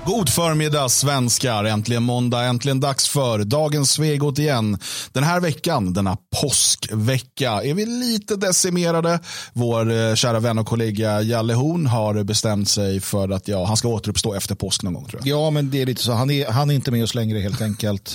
God förmiddag svenskar, äntligen måndag, äntligen dags för dagens Svegot igen. Den här veckan, denna påskvecka, är vi lite decimerade. Vår kära vän och kollega Jalle Horn har bestämt sig för att han ska återuppstå efter påsk någon gång, tror jag. Ja, men det är lite så, han är inte med oss längre helt enkelt.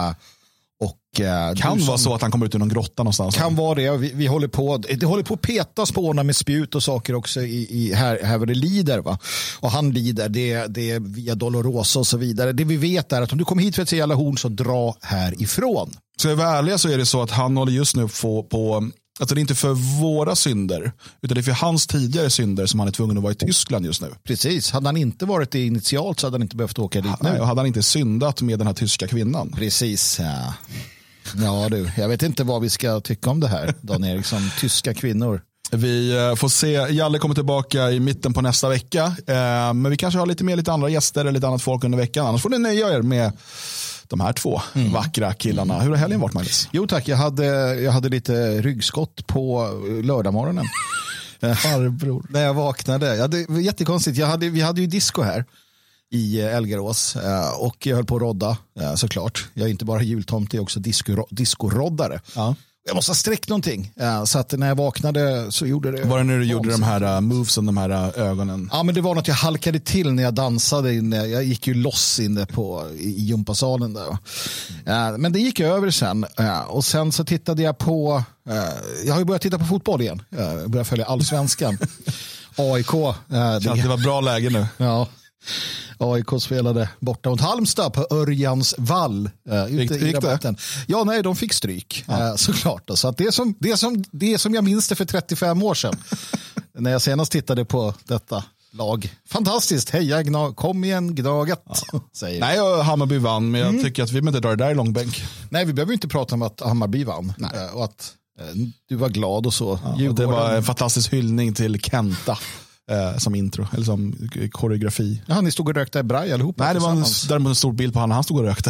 Kan vara så att han kommer ut ur någon grotta någonstans. Kan vara det. Vi håller på, det håller på att petas på ordna med spjut och saker också i här var det lider, va? Och han lider, det är via Dolorosa och så vidare. Det vi vet är att om du kommer hit för att se Jalle Horn, så dra härifrån. Så jag är ärlig, så är det så att han håller just nu på alltså det är inte för våra synder, utan det är för hans tidigare synder som han är tvungen att vara i Tyskland just nu. Precis, hade han inte varit det initialt så hade han inte behövt åka dit nu. Nej, och hade han inte syndat med den här tyska kvinnan. Precis, ja. Ja du, jag vet inte vad vi ska tycka om det här, Dan Eriksson, tyska kvinnor. Vi får se, Jalle kommer tillbaka i mitten på nästa vecka, men vi kanske har lite andra gäster eller lite annat folk under veckan. Annars får ni nöja er med de här två vackra killarna. Hur har helgen varit, Magnus? Jo tack, jag hade lite ryggskott på lördagmorgonen. Farbror. När jag vaknade. Det var jättekonstigt. Vi hade ju disco här i Elgarås och jag höll på att rodda, såklart. Jag är inte bara jultomte, jag är också discoroddare. Ja. Jag måste ha sträckt någonting. Så att när jag vaknade så gjorde det... Var det när du gjorde de här movesen, de här ögonen? Ja, men det var något jag halkade till när jag dansade. Jag gick ju loss inne i gympasalen där. Men det gick över sen. Och sen så tittade jag på... Jag har ju börjat titta på fotboll igen. Jag började följa Allsvenskan. AIK. Det var bra läge nu. Ja. AIK spelade borta mot Halmstad på Örjans vall ute i rabatten. Ja, nej, de fick stryk, såklart. Så att det är som jag minns det för 35 år sedan. När jag senast tittade på detta lag. Fantastiskt, heja, kom igen, Gnaget. Säger. Nej, Hammarby vann, men jag tycker att vi inte drar det där i långbänk. Nej, vi behöver inte prata om att Hammarby vann. Och att du var glad och så. Ja, och det var en fantastisk hyllning till Kenta. Som intro, eller som koreografi. Ja, ni stod och rökte braj allihopa. Nej, det var däremot en stor bild på han stod och rökte.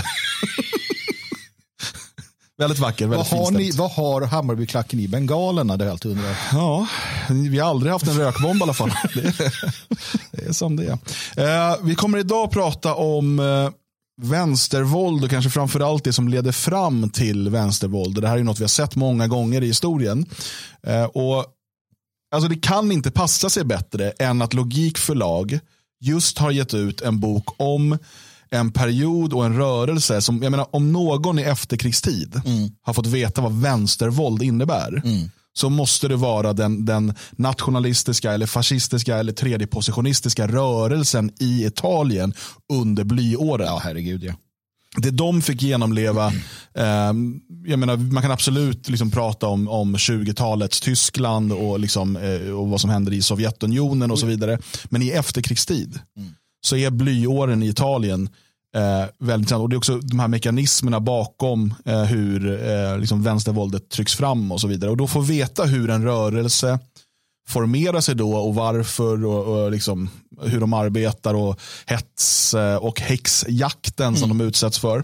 Väldigt vacker, väldigt finstämt. Vad har Hammarbyklacken i bengalerna? Det är alltid undrar. Ja, vi har aldrig haft en rökbomb i alla fall. Det är som det är. Vi kommer idag prata om vänstervåld och kanske framförallt det som leder fram till vänstervåld. Det här är något vi har sett många gånger i historien. Och alltså det kan inte passa sig bättre än att Logikförlag just har gett ut en bok om en period och en rörelse som, jag menar, om någon i efterkrigstid har fått veta vad vänstervåld innebär, så måste det vara den nationalistiska eller fascistiska eller tredjepositionistiska rörelsen i Italien under blyåren. Ja, herregud, ja. Det de fick genomleva, jag menar, man kan absolut liksom prata om 20-talets Tyskland och, liksom, och vad som händer i Sovjetunionen och så vidare. Men i efterkrigstid så är blyåren i Italien väldigt intressant. Och det är också de här mekanismerna bakom hur liksom vänstervåldet trycks fram och så vidare. Och då får veta hur en rörelse formera sig då och varför och liksom hur de arbetar och hets och häxjakten som de utsätts för.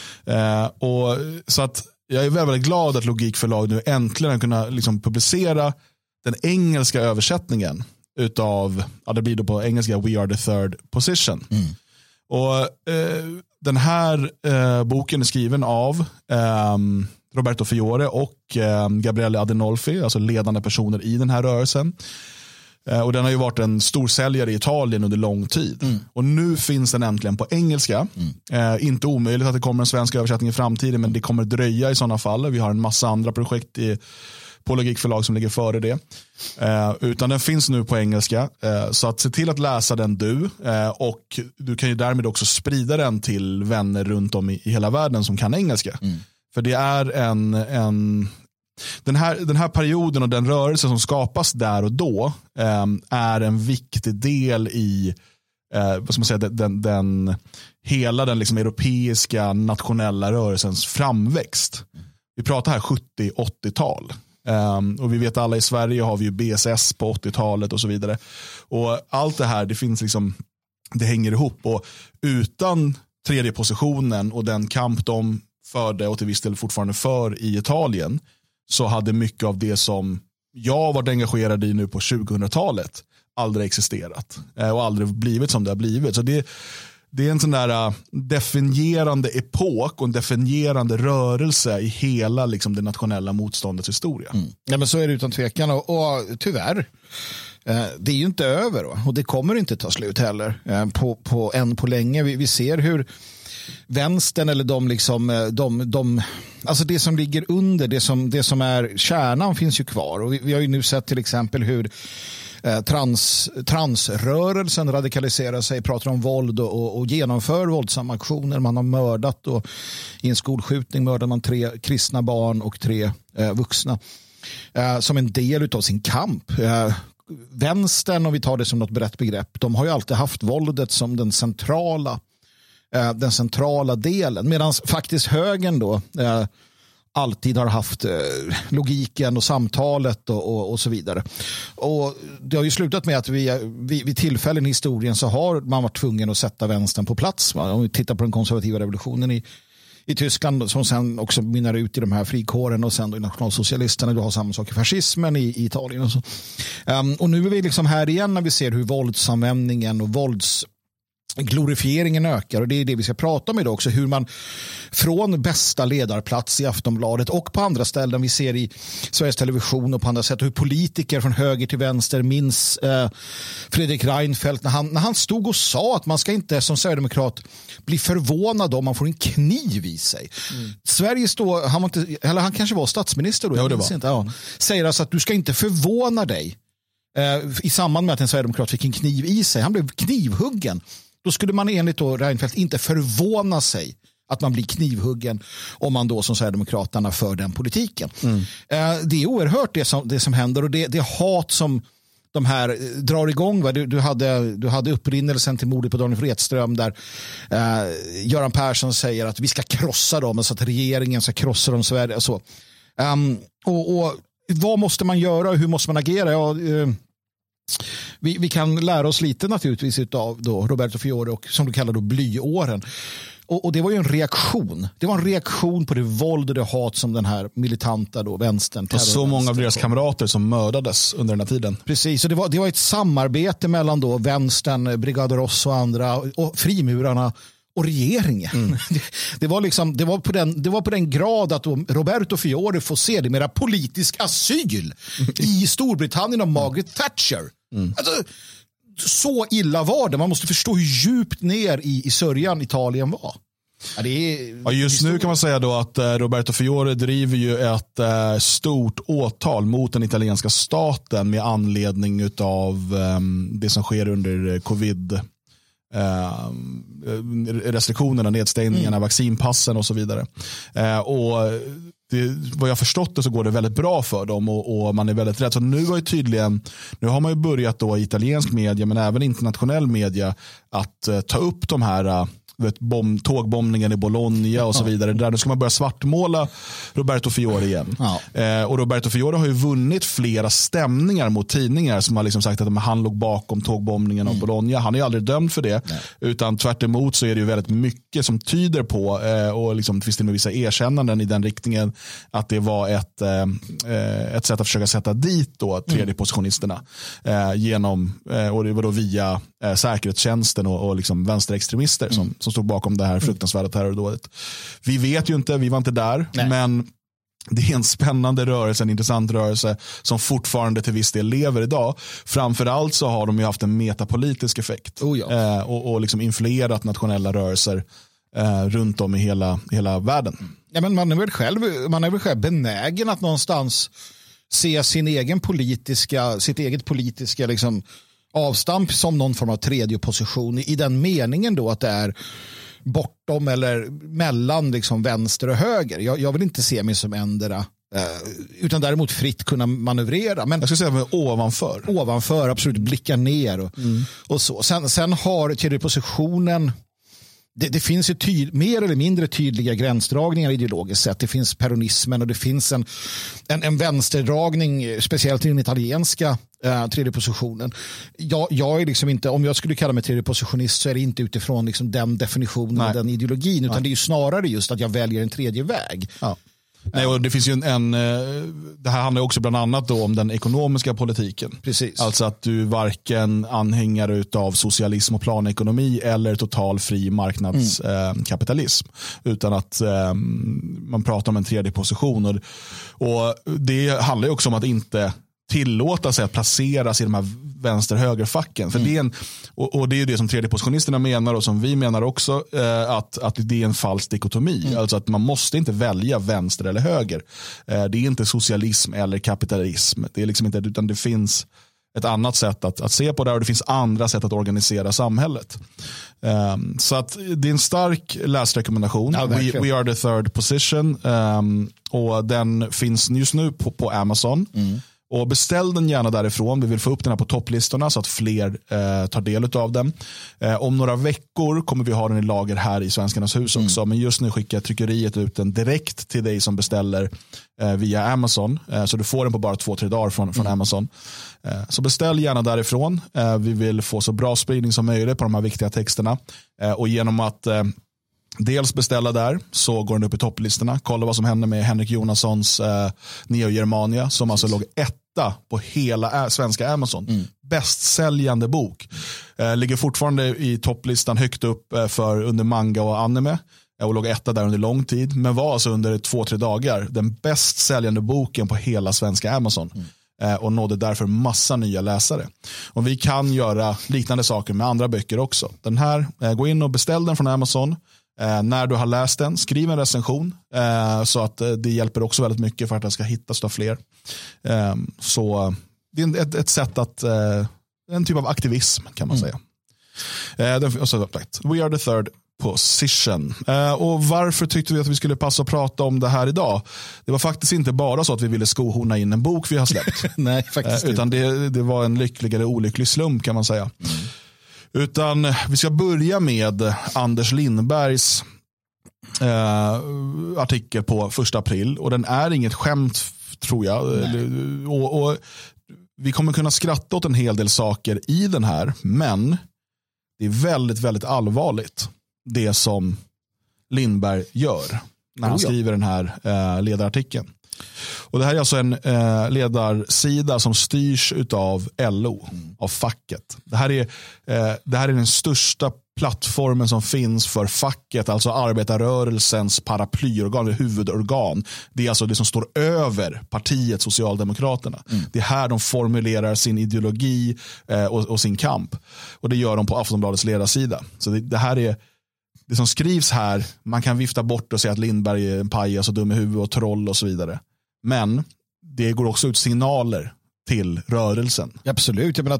Och så att jag är väldigt glad att Logikförlag nu äntligen kunna liksom publicera den engelska översättningen utav, det blir då på engelska, We Are the Third Position. Och den här boken är skriven av Roberto Fiore och Gabriele Adenolfi, alltså ledande personer i den här rörelsen. Och den har ju varit en stor säljare i Italien under lång tid. Och nu finns den äntligen på engelska. Inte omöjligt att det kommer en svensk översättning i framtiden, men det kommer dröja i sådana fall. Vi har en massa andra projekt på Logikförlag som ligger före det. Utan den finns nu på engelska. Så att se till att läsa den du. Och du kan ju därmed också sprida den till vänner runt om i hela världen som kan engelska. För det är den här perioden och den rörelse som skapas där och då är en viktig del i vad ska man säga, hela den liksom europeiska nationella rörelsens framväxt. Vi pratar här 70-80-tal. Och vi vet alla i Sverige har vi ju BSS på 80-talet och så vidare. Och allt det här, det finns liksom, det hänger ihop. Och utan tredje positionen och den kamp de förde och till viss del fortfarande för i Italien, så hade mycket av det som jag varit engagerad i nu på 2000-talet aldrig existerat och aldrig blivit som det har blivit. Så det är en sån där definierande epok och en definierande rörelse i hela liksom, det nationella motståndets historia. Ja, men så är det utan tvekan och tyvärr. Det är ju inte över och det kommer inte ta slut heller på länge. Vi ser hur vänstern eller alltså det som ligger under, det som är kärnan finns ju kvar. Och vi har ju nu sett till exempel hur transrörelsen radikaliserar sig, pratar om våld och genomför våldsamma aktioner. Man har mördat och i en skolskjutning mördar man 3 kristna barn och 3 vuxna som en del av sin kamp. Vänstern, om vi tar det som något brett begrepp, de har ju alltid haft våldet som den centrala delen, medan faktiskt högern då alltid har haft logiken och samtalet och så vidare. Och det har ju slutat med att vid tillfällen i historien så har man varit tvungen att sätta vänstern på plats. Om vi tittar på den konservativa revolutionen i Tyskland som sen också mynnar ut i de här frikåren och sen då i nationalsocialisterna. Du har samma sak i fascismen i Italien och så. Och nu är vi liksom här igen när vi ser hur våldsanvändningen och glorifieringen ökar, och det är det vi ska prata om idag också, hur man från bästa ledarplats i Aftonbladet och på andra ställen vi ser i Sveriges Television och på andra sätt, hur politiker från höger till vänster minns Fredrik Reinfeldt när han stod och sa att man ska inte som sverigedemokrat bli förvånad om man får en kniv i sig. Sveriges då, han kanske var statsminister då, ja, det var. Inte, säger alltså att du ska inte förvåna dig i samband med att en sverigedemokrat fick en kniv i sig. Han blev knivhuggen. Då skulle man enligt då Reinfeldt inte förvåna sig att man blir knivhuggen om man då som Sverigedemokraterna för den politiken. Det är oerhört det som händer, och det hat som de här drar igång. Va? Du hade upprinnelsen till mordet på Daniel Wretström där Göran Persson säger att vi ska krossa dem, så att regeringen ska krossa dem Sverige och så. Och vad måste man göra och hur måste man agera? Ja, vi kan lära oss lite naturligtvis av då Roberto Fiore och som du kallar då blyåren. Och det var ju en reaktion. Det var en reaktion på det våld och det hat som den här militanta då vänstern. Och så många av deras kamrater som mördades under den här tiden. Precis, och det var ett samarbete mellan då vänstern, Brigade Ross och andra och frimurarna och regeringen. Det var på den grad att Roberto Fiore får se det mera politisk asyl i Storbritannien av Margaret Thatcher. Alltså, så illa var det. Man måste förstå hur djupt ner i sörjan Italien var. Ja, just nu kan man säga då att Roberto Fiore driver ju ett stort åtal mot den italienska staten med anledning av det som sker under covid restriktionerna, nedstängningarna, vaccinpassen och så vidare. Och vad jag förstått det så går det väldigt bra för dem och man är väldigt rädd. Så nu har man ju börjat då i italiensk media men även internationell media att ta upp de här tågbombningen i Bologna och så vidare. Där nu ska man börja svartmåla Roberto Fiore igen. Och Roberto Fiore har ju vunnit flera stämningar mot tidningar som har liksom sagt att han låg bakom tågbombningen av Bologna. Han är ju aldrig dömd för det. Utan tvärt emot så är det ju väldigt mycket som tyder på och liksom finns det med vissa erkännanden i den riktningen att det var ett sätt att försöka sätta dit då tredjepositionisterna genom och det var då via säkerhetstjänsten och liksom vänsterextremister som stod bakom det här fruktansvärda terrordådet. Vi vet ju inte, vi var inte där, men det är en spännande rörelse, en intressant rörelse som fortfarande till viss del lever idag. Framförallt så har de ju haft en metapolitisk effekt och liksom influerat nationella rörelser runt om i hela världen. Ja, men man är väl själv benägen att någonstans se sitt eget politiska liksom avstamp som någon form av tredje position i den meningen då att det är bortom eller mellan liksom vänster och höger. Jag vill inte se mig som ändra utan däremot fritt kunna manövrera. Men jag skulle säga ovanför. Ovanför, absolut, blicka ner och så. Sen har tredje positionen det finns ju mer eller mindre tydliga gränsdragningar ideologiskt sett. Det finns peronismen och det finns en vänsterdragning speciellt i den italienska tredje positionen. Jag är liksom inte, om jag skulle kalla mig tredje positionist så är det inte utifrån liksom den definitionen och den ideologin utan det är ju snarare just att jag väljer en tredje väg. Nej, och det finns ju det här handlar också bland annat då om den ekonomiska politiken. Precis. Alltså att du varken anhängare utav socialism och planekonomi eller total fri marknadskapitalism. Utan att man pratar om en tredje position. Och det handlar ju också om att inte tillåta sig att placeras i de här vänster-högerfacken. För det är och det är det som tredjepositionisterna menar och som vi menar också, att det är en falsk dikotomi. Alltså att man måste inte välja vänster eller höger. Det är inte socialism eller kapitalism. Det är liksom inte, utan det finns ett annat sätt att se på det, och det finns andra sätt att organisera samhället. Så att det är en stark läsrekommendation. Ja, We are the third position. Och den finns just nu på Amazon. Och beställ den gärna därifrån. Vi vill få upp den här på topplistorna så att fler tar del av den. Om några veckor kommer vi ha den i lager här i Svenskarnas hus också. Men just nu skickar tryckeriet ut den direkt till dig som beställer via Amazon. Så du får den på bara 2-3 dagar från Amazon. Så beställ gärna därifrån. Vi vill få så bra spridning som möjligt på de här viktiga texterna. Och genom att dels beställa där så går den upp i topplistorna. Kolla vad som hände med Henrik Jonassons Neo Germania som alltså låg etta på hela svenska Amazon. Bästsäljande bok. Ligger fortfarande i topplistan högt upp för under manga och anime. Och låg etta där under lång tid. Men var alltså under 2-3 dagar den bästsäljande boken på hela svenska Amazon. Och nådde därför massa nya läsare. Och vi kan göra liknande saker med andra böcker också. Den här, gå in och beställ den från Amazon. När du har läst den, skriv en recension så att det hjälper också väldigt mycket för att den ska hittas av fler. Så det är ett sätt att en typ av aktivism kan man säga. We are the third position. Och varför tyckte vi att vi skulle passa att prata om det här idag? Det var faktiskt inte bara så att vi ville skohorna in en bok vi har släppt. Nej, faktiskt utan det var en lycklig eller olycklig slump kan man säga. Utan vi ska börja med Anders Lindbergs artikel på 1 april. Och den är inget skämt tror jag. Och vi kommer kunna skratta åt en hel del saker i den här. Men det är väldigt, väldigt allvarligt det som Lindberg gör när han skriver den här ledarartikeln. Och det här är alltså en ledarsida som styrs av LO, av facket. Det här är den största plattformen som finns för facket, alltså arbetarrörelsens paraplyorgan, huvudorgan. Det är alltså det som står över partiet Socialdemokraterna. Det är här de formulerar sin ideologi och sin kamp. Och det gör de på Aftonbladets ledarsida. Så det här är det som skrivs här. Man kan vifta bort och säga att Lindberg är en pajas och dum i huvudet och troll och så vidare. Men det går också ut signaler till rörelsen. Absolut, jag menar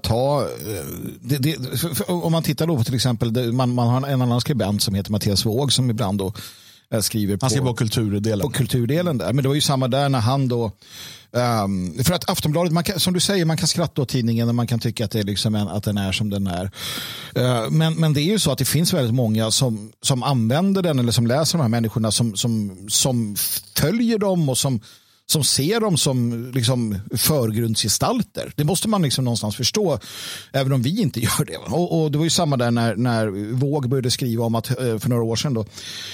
om man tittar då på till exempel, man har en annan skribent som heter Mattias Våg som ibland då skriver han skriver på kulturdelen. På kulturdelen där, men det var ju samma där när han då för att Aftonbladet, som du säger, man kan skratta åt tidningen och man kan tycka att det är liksom att den är som den är. Men det är ju så att det finns väldigt många som använder den eller som läser de här människorna som följer dem och som ser dem som liksom förgrundsgestalter. Det måste man liksom någonstans förstå, även om vi inte gör det. Och det var ju samma där när Våg började skriva om att för några år sedan då,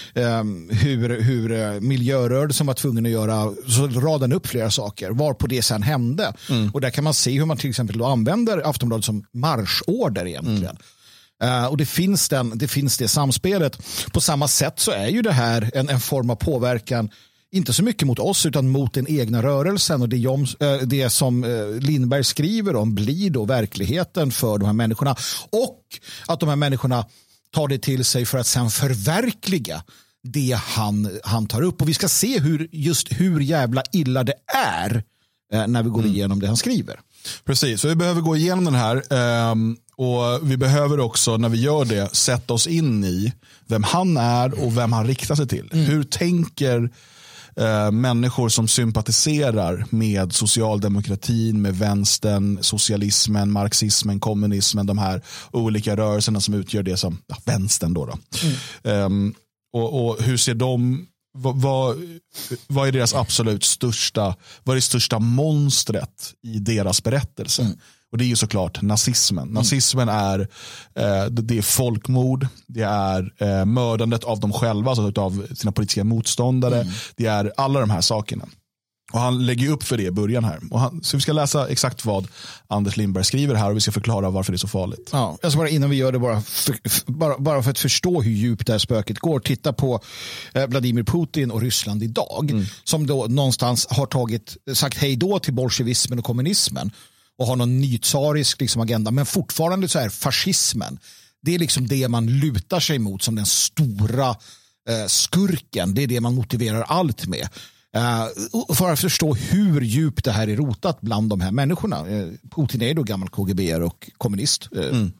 hur miljörörelsen var tvungen att göra, så raden upp flera saker, var på det sen hände. Och där kan man se hur man till exempel då använder Aftonbladet som marschorder egentligen. Och det finns det samspelet. På samma sätt så är ju det här en form av påverkan, inte så mycket mot oss utan mot den egna rörelsen, och det som Lindberg skriver om blir då verkligheten för de här människorna, och att de här människorna tar det till sig för att sen förverkliga det han tar upp. Och vi ska se hur jävla illa det är när vi går igenom det han skriver. Precis, så vi behöver gå igenom den här och vi behöver också när vi gör det sätta oss in i vem han är och vem han riktar sig till. Hur tänker människor som sympatiserar med socialdemokratin, med vänstern, socialismen, marxismen, kommunismen, de här olika rörelserna som utgör det som vänstern då. Och hur ser de, vad är deras absolut största, vad är det största monstret i deras berättelse? Och det är ju såklart nazismen. Nazismen är det är folkmord, det är mördandet av dem själva, alltså av sina politiska motståndare. Det är alla de här sakerna. Och han lägger upp för det i början här. Så vi ska läsa exakt vad Anders Lindberg skriver här och vi ska förklara varför det är så farligt. Ja, alltså bara innan vi gör det, bara för att förstå hur djupt det här spöket går, titta på Vladimir Putin och Ryssland idag, som då någonstans har sagt hej då till bolsjevismen och kommunismen och har någon nytsarisk liksom agenda, men fortfarande så är fascismen, det är liksom det man lutar sig mot som den stora skurken, det är det man motiverar allt med. För att förstå hur djupt det här är rotat bland de här människorna. Putin är då gammal KGB och kommunist.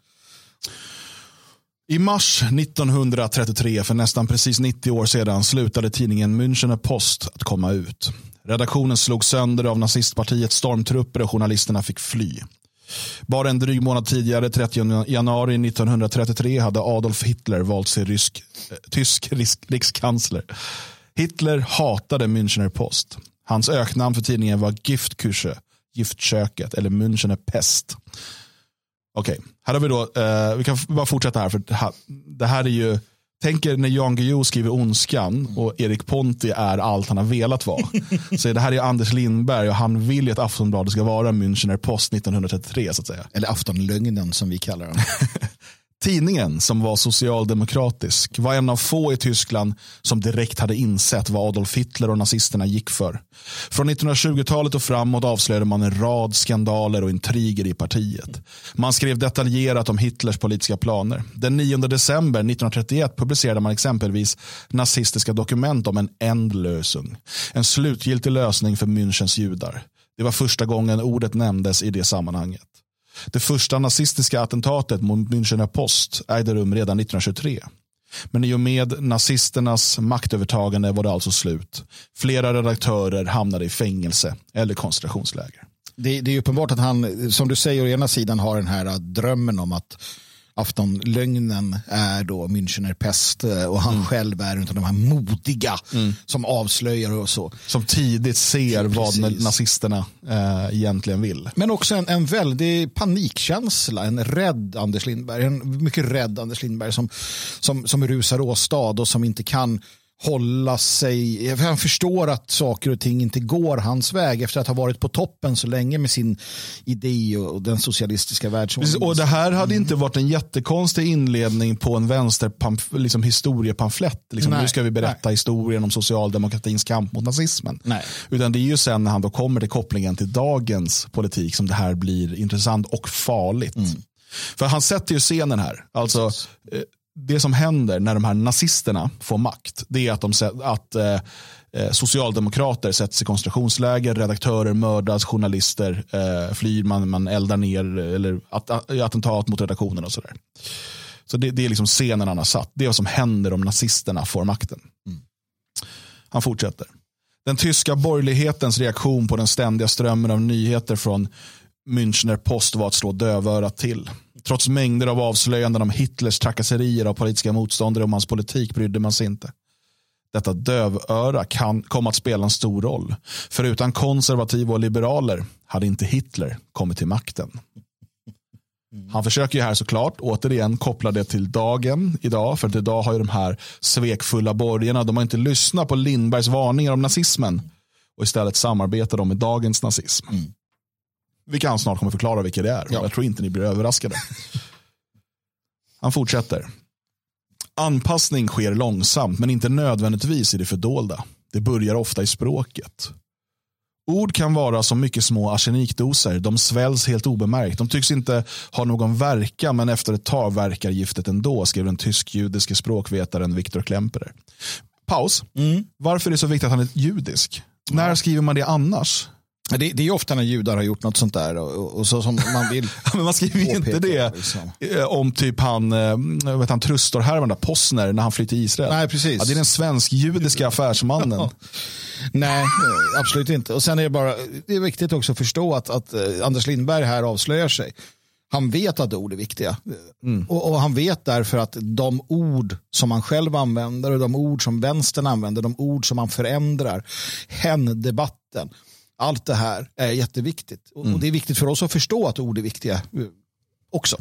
I mars 1933, för nästan precis 90 år sedan, slutade tidningen Münchener Post att komma ut. Redaktionen slog sönder av nazistpartiets stormtrupper och journalisterna fick fly. Bara en dryg månad tidigare, 30 januari 1933, hade Adolf Hitler valt sig tysk rikskansler. Hitler hatade Münchener Post. Hans öknamn för tidningen var Giftküche, giftköket, eller Münchener Pest. Okej, här har vi då, vi kan bara fortsätta här, för det här är ju, tänk er när Jan Guillou skriver Ondskan och Erik Ponti är allt han har velat vara. Så det här är Anders Lindberg och han vill ju att Aftonbladet ska vara Münchener Post 1933 så att säga. Eller Aftonlögnen som vi kallar den. Tidningen, som var socialdemokratisk, var en av få i Tyskland som direkt hade insett vad Adolf Hitler och nazisterna gick för. Från 1920-talet och framåt avslöjade man en rad skandaler och intriger i partiet. Man skrev detaljerat om Hitlers politiska planer. Den 9 december 1931 publicerade man exempelvis nazistiska dokument om en Endlösung, en slutgiltig lösning för Münchens judar. Det var första gången ordet nämndes i det sammanhanget. Det första nazistiska attentatet mot Münchener Post ägde rum redan 1923. Men i och med nazisternas maktövertagande var det alltså slut. Flera redaktörer hamnade i fängelse eller koncentrationsläger. Det är uppenbart att han, som du säger, å ena sidan har den här drömmen om att Aftonlögnen är då Münchener Pest och han själv är utav de här modiga som avslöjar och så. Som tidigt ser vad nazisterna egentligen vill. Men också en väldig panikkänsla, en rädd Anders Lindberg, en mycket rädd Anders Lindberg som rusar åstad och som inte kan hålla sig. Han förstår att saker och ting inte går hans väg efter att ha varit på toppen så länge med sin idé och den socialistiska världsordningen. Och det här hade inte varit en jättekonstig inledning på en vänster historiepamflett. Nu ska vi berätta historien om socialdemokratins kamp mot nazismen. Nej. Utan det är ju sen när han då kommer till kopplingen till dagens politik som det här blir intressant och farligt. För han sätter ju scenen här. Alltså det som händer när de här nazisterna får makt, det är att socialdemokrater sätts i koncentrationsläger, redaktörer mördas, journalister flyr, man eldar ner eller attentat mot redaktionen och sådär. Så det är liksom scenen han har satt. Det är vad som händer om nazisterna får makten. Han fortsätter. Den tyska borgerlighetens reaktion på den ständiga strömmen av nyheter från Münchener Post var att slå dövörat till. Trots mängder av avslöjanden om Hitlers trakasserier av politiska motståndare om hans politik brydde man sig inte. Detta dövöra kan komma att spela en stor roll. För utan konservativa och liberaler hade inte Hitler kommit till makten. Han försöker ju här såklart återigen koppla det till dagen idag. För att idag har ju de här svekfulla borgarna, de har inte lyssnat på Lindbergs varningar om nazismen. Och istället samarbetar de med dagens nazism. Vilka han snart kommer förklara vilka det är. Ja. Jag tror inte ni blir överraskade. Han fortsätter. Anpassning sker långsamt men inte nödvändigtvis i det fördolda. Det börjar ofta i språket. Ord kan vara som mycket små arsenikdoser. De sväljs helt obemärkt. De tycks inte ha någon verkan men efter ett tag verkar giftet ändå, skrev den tysk-judiske språkvetaren Viktor Klemperer. Paus. Varför är det så viktigt att han är judisk? När skriver man det annars? Det är ofta när judar har gjort något sånt där och så som man vill. Men man skriver ju inte det liksom om typ han Trustor-härvan där Posner när han flyttade till Israel. Nej, precis. Ja, det är den svensk-judiska affärsmannen. Nej, absolut inte. Och sen är det är viktigt också att förstå att Anders Lindberg här avslöjar sig. Han vet att ord är viktiga. Och han vet därför att de ord som han själv använder och de ord som vänstern använder, de ord som han förändrar, hen-debatten, Allt det här är jätteviktigt. Och det är viktigt för oss att förstå att ord är viktiga också.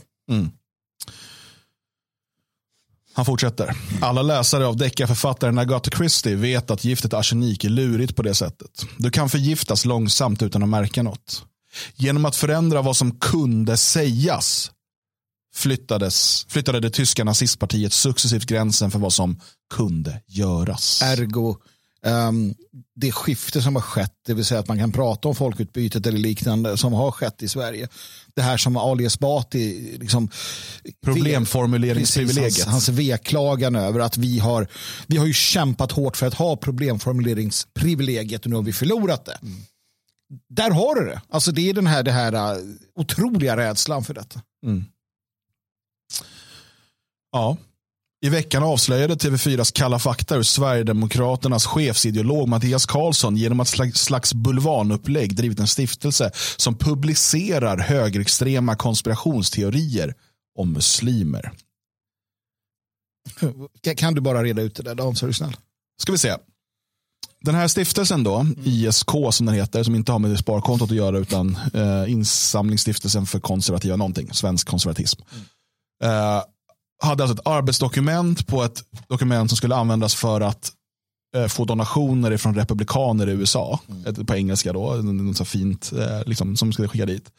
Han fortsätter. Alla läsare av deckarförfattaren Agatha Christie vet att giftet arsenik är lurigt på det sättet. Du kan förgiftas långsamt utan att märka något. Genom att förändra vad som kunde sägas flyttade det tyska nazistpartiet successivt gränsen för vad som kunde göras. Ergo, det skifte som har skett, det vill säga att man kan prata om folkutbytet eller liknande som har skett i Sverige. Det här som Ali Esbati liksom problemformuleringsprivilegiet. Hans veklagan över att vi har ju kämpat hårt för att ha problemformuleringsprivilegiet och nu har vi förlorat det. Där har du det. Alltså det är den här otroliga rädslan för detta. Ja. I veckan avslöjade TV4s Kalla fakta hur Sverigedemokraternas chefsideolog Mattias Karlsson genom ett slags bulvanupplägg drivit en stiftelse som publicerar högerextrema konspirationsteorier om muslimer. Kan du bara reda ut det där, Dan, så är du snäll? Ska vi se. Den här stiftelsen då, ISK som den heter, som inte har med sparkontot att göra utan insamlingsstiftelsen för konservativa någonting, svensk konservatism. Hade alltså ett arbetsdokument på ett dokument som skulle användas för att få donationer från republikaner i USA. På engelska då, något så fint liksom, som skulle skicka dit.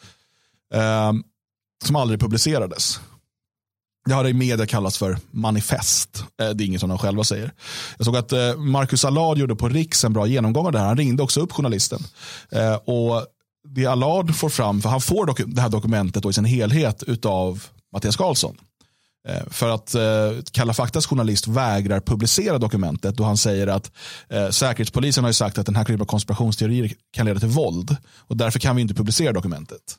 Som aldrig publicerades. Det har i media kallats för manifest. Det är inget som de själva säger. Jag såg att Marcus Allard gjorde på Riks en bra genomgång av det här. Han ringde också upp journalisten. Och det Allard får fram, för han får det här dokumentet då i sin helhet utav Mattias Karlsson. För att Kalla faktas journalist vägrar publicera dokumentet då han säger att säkerhetspolisen har ju sagt att den här typen av konspirationsteorier kan leda till våld och därför kan vi inte publicera dokumentet.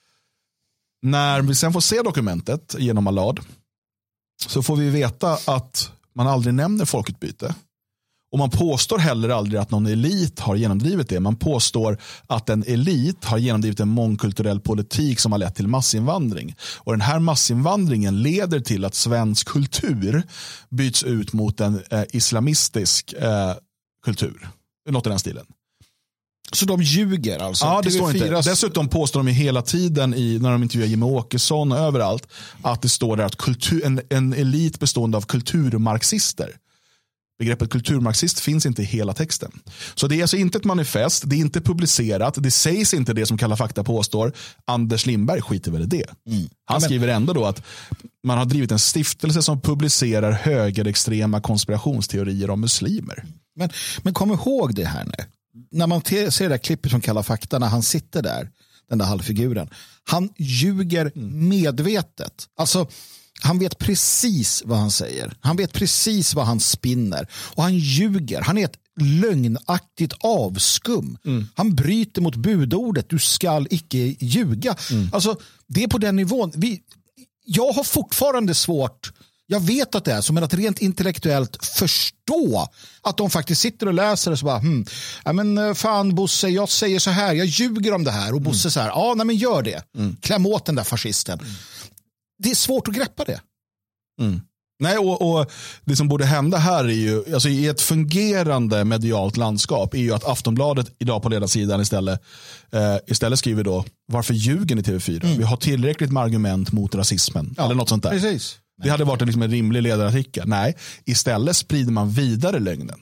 När vi sen får se dokumentet genom Allard så får vi veta att man aldrig nämner folkutbyte. Och man påstår heller aldrig att någon elit har genomdrivit det. Man påstår att en elit har genomdrivit en mångkulturell politik som har lett till massinvandring. Och den här massinvandringen leder till att svensk kultur byts ut mot en islamistisk kultur. Något i den stilen. Så de ljuger alltså? Ja, det står inte. Dessutom påstår de hela tiden när de intervjuar Jimmie Åkesson och överallt att det står där att en elit bestående av kulturmarxister. Begreppet kulturmarxist finns inte i hela texten. Så det är alltså inte ett manifest, det är inte publicerat, det sägs inte det som Kalla fakta påstår. Anders Lindberg skiter väl i det. Han skriver ändå då att man har drivit en stiftelse som publicerar högerextrema konspirationsteorier om muslimer. Men kom ihåg det här nu. När man ser det där klippet från Kalla fakta när han sitter där, den där halvfiguren. Han ljuger medvetet. Alltså han vet precis vad han säger. Han vet precis vad han spinner. Och han ljuger. Han är ett lögnaktigt avskum. Han bryter mot budordet. Du skall icke ljuga. Alltså, det är på den nivån. Jag har fortfarande svårt. Jag vet att det är så, men att rent intellektuellt förstå att de faktiskt sitter och läser och så bara, ja men fan Bosse, jag säger så här, jag ljuger om det här. Och Bosse så här, ja nej men gör det. Kläm åt den där fascisten. Det är svårt att greppa det. Nej, och det som borde hända här är ju, alltså i ett fungerande medialt landskap är ju att Aftonbladet idag på ledarsidan istället skriver då, varför ljuger ni TV4? Vi har tillräckligt med argument mot rasismen. Eller något sånt där. Precis. Det hade varit en rimlig ledarartikel. Nej, istället sprider man vidare lögnen.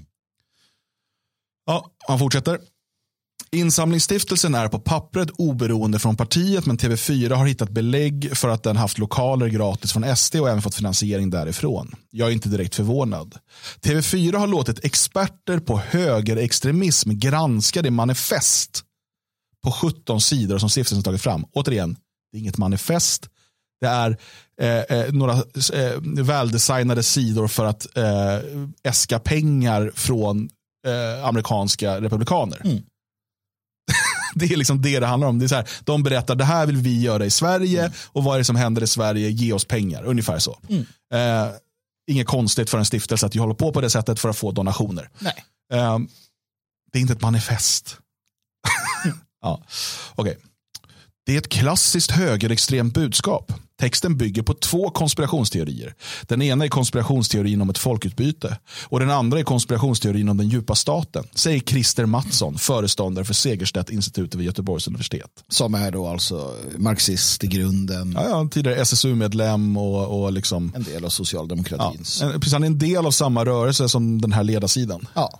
Ja, han fortsätter. Insamlingsstiftelsen är på pappret oberoende från partiet, men TV4 har hittat belägg för att den haft lokaler gratis från SD och även fått finansiering därifrån. Jag är inte direkt förvånad. TV4 har låtit experter på högerextremism granska det manifest på 17 sidor som stiftelsen tagit fram. Återigen, det är inget manifest. Det är några väldesignade sidor för att äska pengar från amerikanska republikaner. Det är liksom det handlar om. Det är så här, de berättar, det här vill vi göra i Sverige och vad är det som händer i Sverige, ge oss pengar, ungefär så. Inget konstigt för en stiftelse att hålla på det sättet för att få donationer. Nej. Det är inte ett manifest. Ja, okej. Det är ett klassiskt högerextremt budskap. Texten bygger på 2 konspirationsteorier. Den ena är konspirationsteorin om ett folkutbyte och den andra är konspirationsteorin om den djupa staten, säger Christer Mattsson, föreståndare för Segerstedt-institutet vid Göteborgs universitet. Som är då alltså marxist i grunden. Ja, tidigare SSU-medlem och liksom... En del av socialdemokratins. Ja, precis, han är en del av samma rörelse som den här ledarsidan. Ja.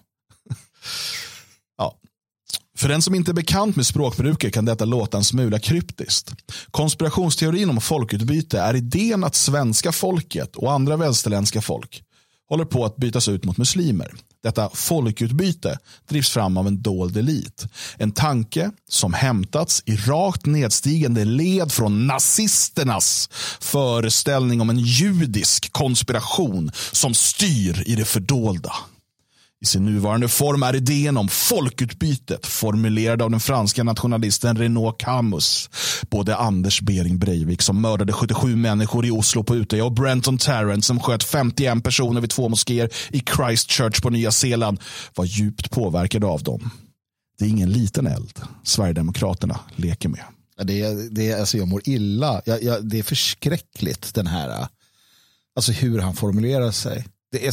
Ja. För den som inte är bekant med språkbruket kan detta låta en smula kryptiskt. Konspirationsteorin om folkutbyte är idén att svenska folket och andra västerländska folk håller på att bytas ut mot muslimer. Detta folkutbyte drivs fram av en dold elit. En tanke som hämtats i rakt nedstigande led från nazisternas föreställning om en judisk konspiration som styr i det fördolda. I sin nuvarande form är idén om folkutbytet formulerad av den franska nationalisten Renaud Camus. Både Anders Behring Breivik som mördade 77 människor i Oslo på Utöya och Brenton Tarrant som sköt 51 personer vid 2 moskéer i Christchurch på Nya Zeeland var djupt påverkade av dem. Det är ingen liten eld Sverigedemokraterna leker med. Alltså jag mår illa. Det är förskräckligt den här, alltså hur han formulerar sig. Det är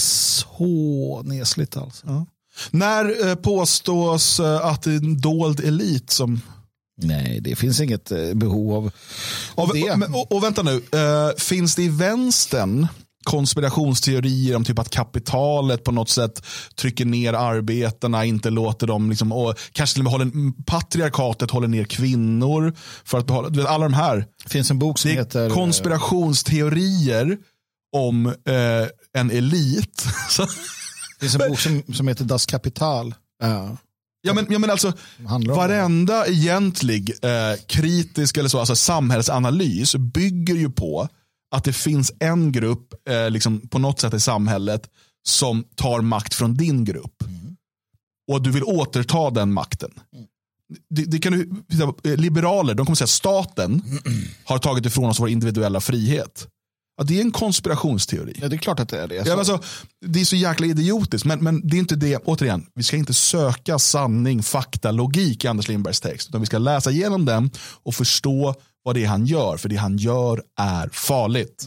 så nesligt alltså. Ja. När påstås att det är en dold elit som... Nej, det finns inget behov av det. Och vänta nu, finns det i vänstern konspirationsteorier om typ att kapitalet på något sätt trycker ner arbetarna, inte låter dem liksom, och kanske till och med patriarkatet håller ner kvinnor för att behålla, alla de här. Det finns en bok som heter konspirationsteorier om en elit. Det finns en bok som heter Das Kapital. Ja, men alltså varenda egentlig kritisk eller så, alltså samhällsanalys bygger ju på att det finns en grupp liksom på något sätt i samhället som tar makt från din grupp. Och du vill återta den makten. Det kan du, liberaler, de kommer säga att staten har tagit ifrån oss vår individuella frihet. Ja, det är en konspirationsteori. Ja, det är klart att det är det. Ja, alltså, det är så jäkla idiotiskt, men det är inte det. Återigen, vi ska inte söka sanning, fakta, logik i Anders Lindbergs text, utan vi ska läsa igenom den och förstå vad det är han gör, för det han gör är farligt.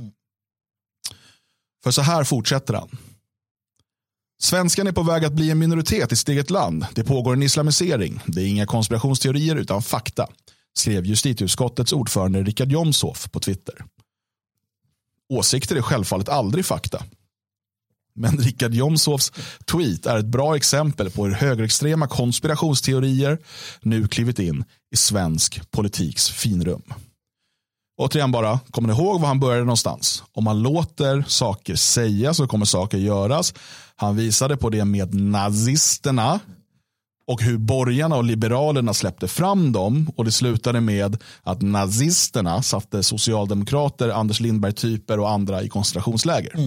För så här fortsätter han. Svenskan är på väg att bli en minoritet i sitt eget land. Det pågår en islamisering. Det är inga konspirationsteorier utan fakta, skrev justitieutskottets ordförande Richard Jomshof på Twitter. Åsikter är självfallet aldrig fakta. Men Richard Jomshofs tweet är ett bra exempel på hur högerextrema konspirationsteorier nu klivit in i svensk politiks finrum. Återigen bara, kommer ni ihåg var han började någonstans? Om man låter saker sägas så kommer saker göras. Han visade på det med nazisterna och hur borgarna och liberalerna släppte fram dem, och det slutade med att nazisterna satte socialdemokrater, Anders Lindberg-typer och andra i koncentrationsläger.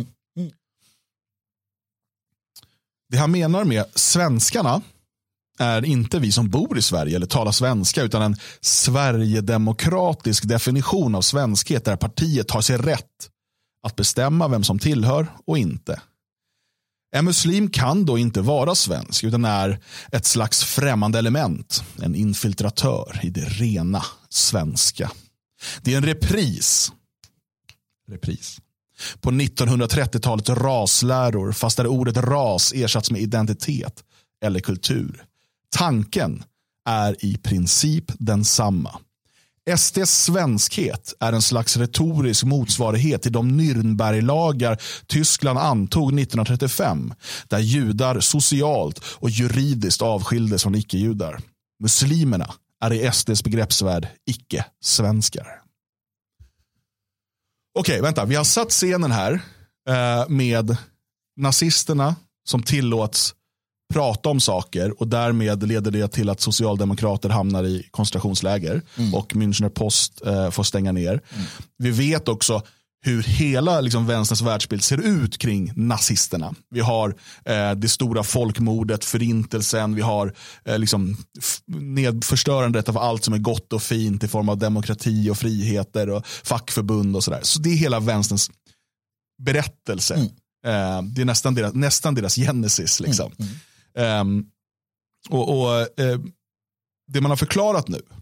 Det han menar med svenskarna är inte vi som bor i Sverige eller talar svenska, utan en sverigedemokratisk definition av svenskhet där partiet har sig rätt att bestämma vem som tillhör och inte. En muslim kan då inte vara svensk utan är ett slags främmande element, en infiltratör i det rena svenska. Det är en repris på 1930-talets rasläror, fast där ordet ras ersatts med identitet eller kultur. Tanken är i princip densamma. SDs svenskhet är en slags retorisk motsvarighet till de Nürnberglagar Tyskland antog 1935, där judar socialt och juridiskt avskildes från icke-judar. Muslimerna är i SDs begreppsvärld icke-svenskar. Okej, vänta. Vi har satt scenen här med nazisterna som tillåts prata om saker, och därmed leder det till att socialdemokrater hamnar i koncentrationsläger och Münchner Post får stänga ner. Vi vet också hur hela liksom vänsterns världsbild ser ut kring nazisterna. Vi har det stora folkmordet, förintelsen, vi har liksom förstörandet av allt som är gott och fint i form av demokrati och friheter och fackförbund och sådär. Så det är hela vänsterns berättelse. Det är nästan deras genesis liksom. Det man har förklarat nu,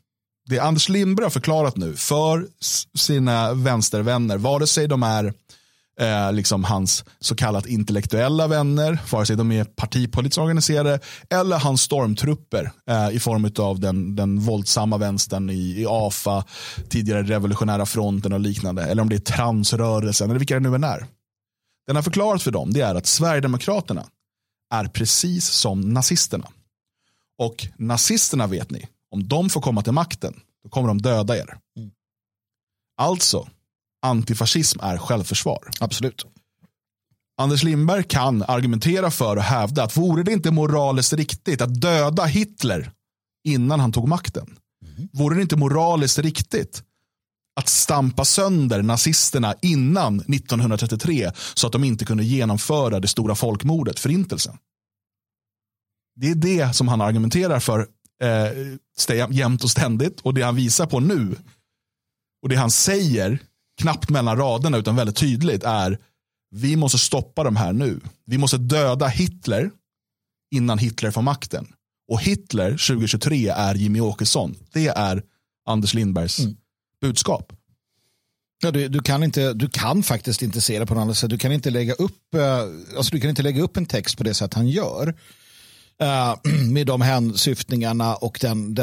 Det Anders Lindberg har förklarat nu för sina vänstervänner, vare sig de är liksom hans så kallat intellektuella vänner, vare sig de är partipolitiskt organiserade eller hans stormtrupper i form av den våldsamma vänstern i AFA, tidigare revolutionära fronten och liknande, eller om det är transrörelsen eller vilka det nu än är. Den har förklarat för dem, det är att Sverigedemokraterna är precis som nazisterna. Och nazisterna, vet ni, om de får komma till makten, då kommer de döda er. Alltså, antifascism är självförsvar. Absolut. Anders Lindberg kan argumentera för och hävda att vore det inte moraliskt riktigt att döda Hitler innan han tog makten? Vore det inte moraliskt riktigt att stampa sönder nazisterna innan 1933 så att de inte kunde genomföra det stora folkmordet, förintelsen? Det är det som han argumenterar för jämt och ständigt, och det han visar på nu och det han säger knappt mellan raderna utan väldigt tydligt är: vi måste stoppa de här nu. Vi måste döda Hitler innan Hitler får makten. Och Hitler 2023 är Jimmy Åkesson. Det är Anders Lindbergs budskap. Ja, du kan faktiskt inte se det på något annat sätt. Du kan inte lägga upp en text på det sätt han gör. Med de hänsyftningarna och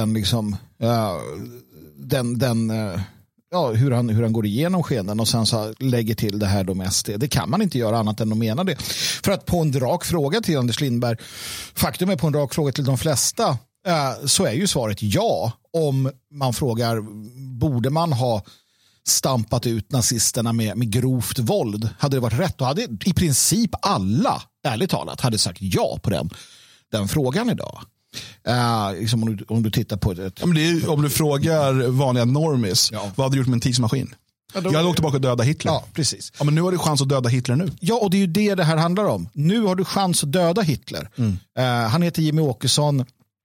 hur han går igenom skenen och sen så lägger till det här då med SD. Det kan man inte göra annat än att mena det. För att på en rak fråga till Anders Lindberg, faktum är på en rak fråga till de flesta, så är ju svaret ja. Om man frågar, borde man ha stampat ut nazisterna med grovt våld? Hade det varit rätt? Då hade i princip alla, ärligt talat, hade sagt ja på den frågan idag. Liksom om du tittar på det. Om du frågar vanliga normis, vad hade du gjort med en tidsmaskin? Jag hade åkt tillbaka och döda Hitler. Ja, precis. Ja, men nu har du chans att döda Hitler nu. Ja, och det är ju det här handlar om. Nu har du chans att döda Hitler. Han heter Jimmy Åkesson.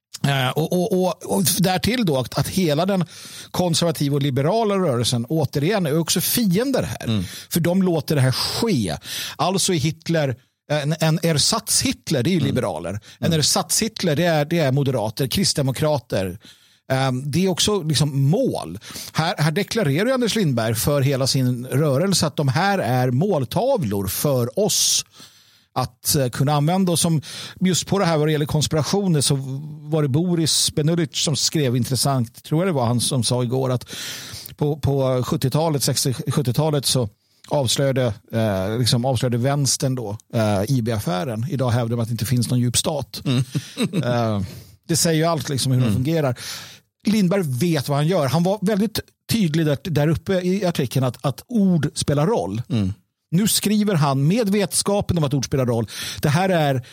Och därtill då att hela den konservativa och liberala rörelsen återigen är också fiender här. För de låter det här ske. Alltså är Hitler en ersatz-Hitler, det är ju liberaler. En ersatz-Hitler, det är moderater, kristdemokrater. Det är också liksom mål. Här deklarerar Anders Lindberg för hela sin rörelse att de här är måltavlor för oss att kunna använda. Och som just på det här vad det gäller konspirationer så var det Boris Benulic som skrev intressant, tror jag det var han som sa igår, att på 70-talet, 60-70-talet så avslöjade vänstern då IB-affären. Idag hävdar de att det inte finns någon djup stat. Det säger ju allt liksom hur det fungerar. Lindberg vet vad han gör. Han var väldigt tydlig där uppe i artikeln att ord spelar roll. Nu skriver han med vetskapen om att ord spelar roll. Det här är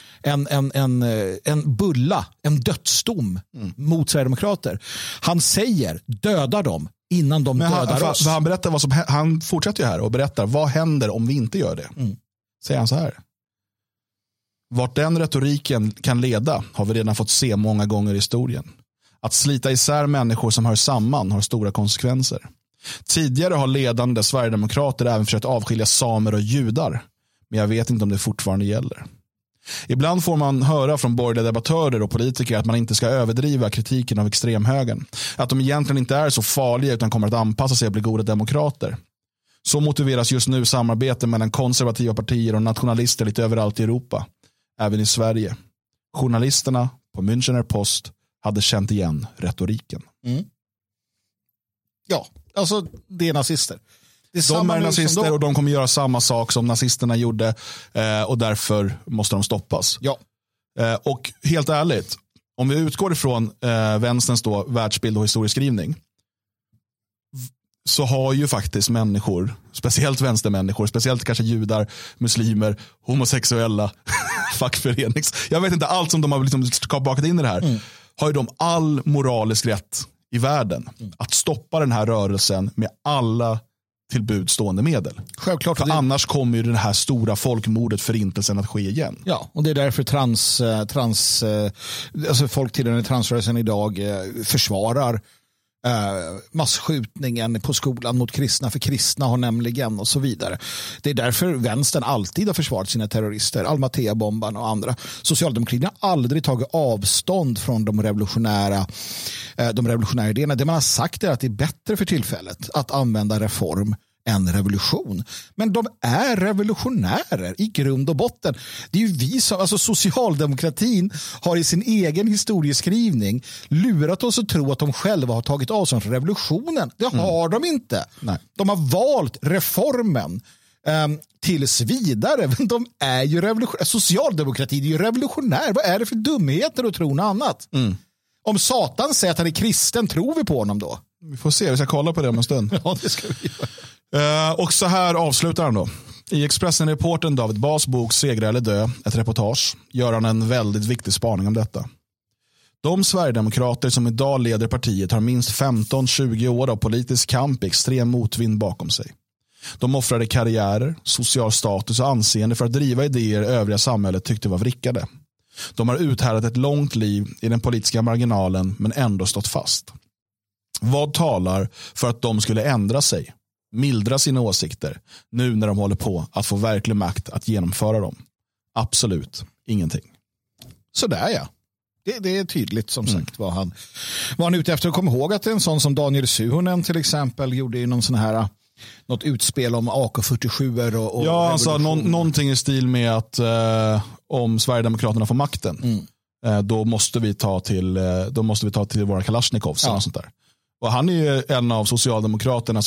en bulla, en dödsdom mot Sverigedemokrater. Han säger döda dem innan de dödar oss. Han berättar han fortsätter ju här och berättar vad händer om vi inte gör det. Säger han så här: vart den retoriken kan leda har vi redan fått se många gånger i historien. Att slita isär människor som hör samman har stora konsekvenser. Tidigare har ledande Sverigedemokrater även försökt avskilja samer och judar, men jag vet inte om det fortfarande gäller. Ibland får man höra från borgerliga debattörer och politiker att man inte ska överdriva kritiken av extremhögern. Att de egentligen inte är så farliga utan kommer att anpassa sig och bli goda demokrater. Så motiveras just nu samarbete mellan konservativa partier och nationalister lite överallt i Europa. Även i Sverige. Journalisterna på Münchener Post hade känt igen retoriken. Ja, alltså det är nazister. De är nazister och de kommer göra samma sak som nazisterna gjorde och därför måste de stoppas. Ja. Och helt ärligt, om vi utgår ifrån vänsterns då världsbild och historieskrivning, så har ju faktiskt människor, speciellt vänstermänniskor, speciellt kanske judar, muslimer, homosexuella, fackförenings, jag vet inte, allt som de har liksom bakat in i det här, har ju de all moralisk rätt i världen att stoppa den här rörelsen med alla tillbudstående medel. Självklart. För annars kommer ju det här stora folkmordet, förintelsen, att ske igen. Ja, och det är därför alltså folk till den transrörelsen idag försvarar massskjutningen på skolan mot kristna, för kristna har nämligen och så vidare. Det är därför vänstern alltid har försvarat sina terrorister, Almatea-bombarna och andra. Socialdemokraterna har aldrig tagit avstånd från de revolutionära idéerna. Det man har sagt är att det är bättre för tillfället att använda reform än revolution. Men de är revolutionärer i grund och botten. Det är ju vi som, alltså socialdemokratin har i sin egen historieskrivning lurat oss att tro att de själva har tagit avstånd från revolutionen. Det har de inte. Nej. De har valt reformen tills vidare. Men de är ju revolutionära. Socialdemokratin är ju revolutionär. Vad är det för dumheter att tro något annat? Om Satan säger att han är kristen, tror vi på honom då? Vi får se, vi ska kolla på det om en stund. Ja, det ska vi göra. Och så här avslutar han då. I Expressen-reporten David Bas bok Segra eller dö, ett reportage, gör han en väldigt viktig spaning om detta. De Sverigedemokrater som idag leder partiet har minst 15-20 år av politisk kamp i extrem motvind bakom sig. De offrade karriärer, social status och anseende för att driva idéer övriga samhället tyckte var vrickade. De har uthärdat ett långt liv i den politiska marginalen men ändå stått fast. Vad talar för att de skulle ändra sig, mildra sina åsikter, nu när de håller på att få verklig makt att genomföra dem? Absolut ingenting. Sådär ja. Det är tydligt som sagt vad han är ute efter. Kom ihåg att en sån som Daniel Suhonen till exempel gjorde ju någon sån här något utspel om AK47 och ja, han sa någonting i stil med att om Sverigedemokraterna får makten då måste vi ta till våra Kalashnikovs och sånt där. Och han är ju en av Socialdemokraternas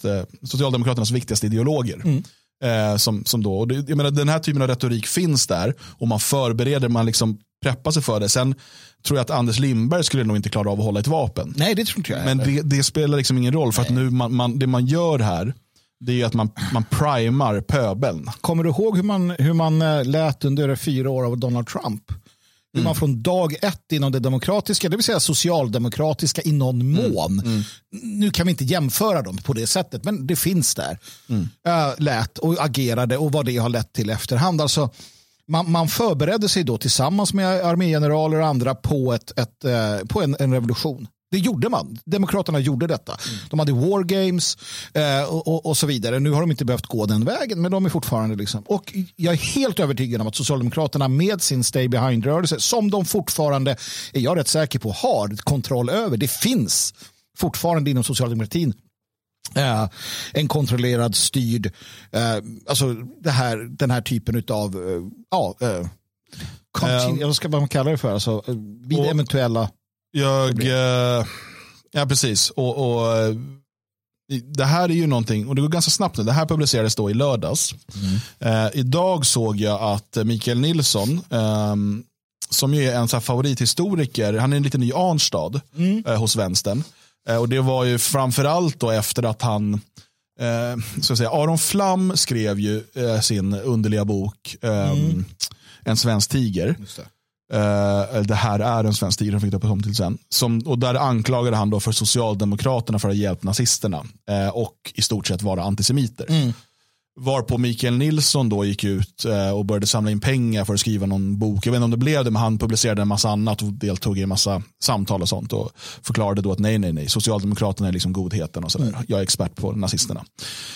viktigaste ideologer. Som då, och jag menar, den här typen av retorik finns där och man förbereder, man liksom preppar sig för det. Sen tror jag att Anders Lindberg skulle nog inte klara av att hålla ett vapen. Nej, det tror inte jag. Men det spelar liksom ingen roll, för att nu det man gör här, det är att man primar pöbeln. Kommer du ihåg hur man lät under 4 år av Donald Trump? Hur man från dag 1 inom det demokratiska, det vill säga socialdemokratiska i någon mån. Nu kan vi inte jämföra dem på det sättet, men det finns där. Lät och agerade och vad det har lett till efterhand. Alltså, man förberedde sig då tillsammans med armégeneraler och andra på en revolution. Det gjorde man. Demokraterna gjorde detta. De hade war games och så vidare. Nu har de inte behövt gå den vägen, men de är fortfarande liksom. Och jag är helt övertygad om att Socialdemokraterna med sin stay behind-rörelse, som de fortfarande, är jag rätt säker på, har kontroll över. Det finns fortfarande inom socialdemokratin en kontrollerad, styrd, alltså den här typen av vad ska man kalla det för? Alltså, vid eventuella ja, precis. Och det här är ju någonting, och det går ganska snabbt nu. Det här publicerades då i lördags. Idag såg jag att Mikael Nilsson, som ju är en så här favorithistoriker, han är en liten ny Arnstad hos vänstern. Och det var ju framförallt då efter att han så att säga, Aron Flam skrev ju sin underliga bok En svensk tiger. Just det. Det här är en svensk tiger, fick det till sen. Och där anklagade han då för Socialdemokraterna för att hjälpa nazisterna och i stort sett vara antisemiter. Varpå Mikael Nilsson då gick ut och började samla in pengar för att skriva någon bok. Jag vet inte om det blev det, men han publicerade en massa annat och deltog i en massa samtal och sånt och förklarade då att nej, Socialdemokraterna är liksom godheten och sådär. Jag är expert på nazisterna.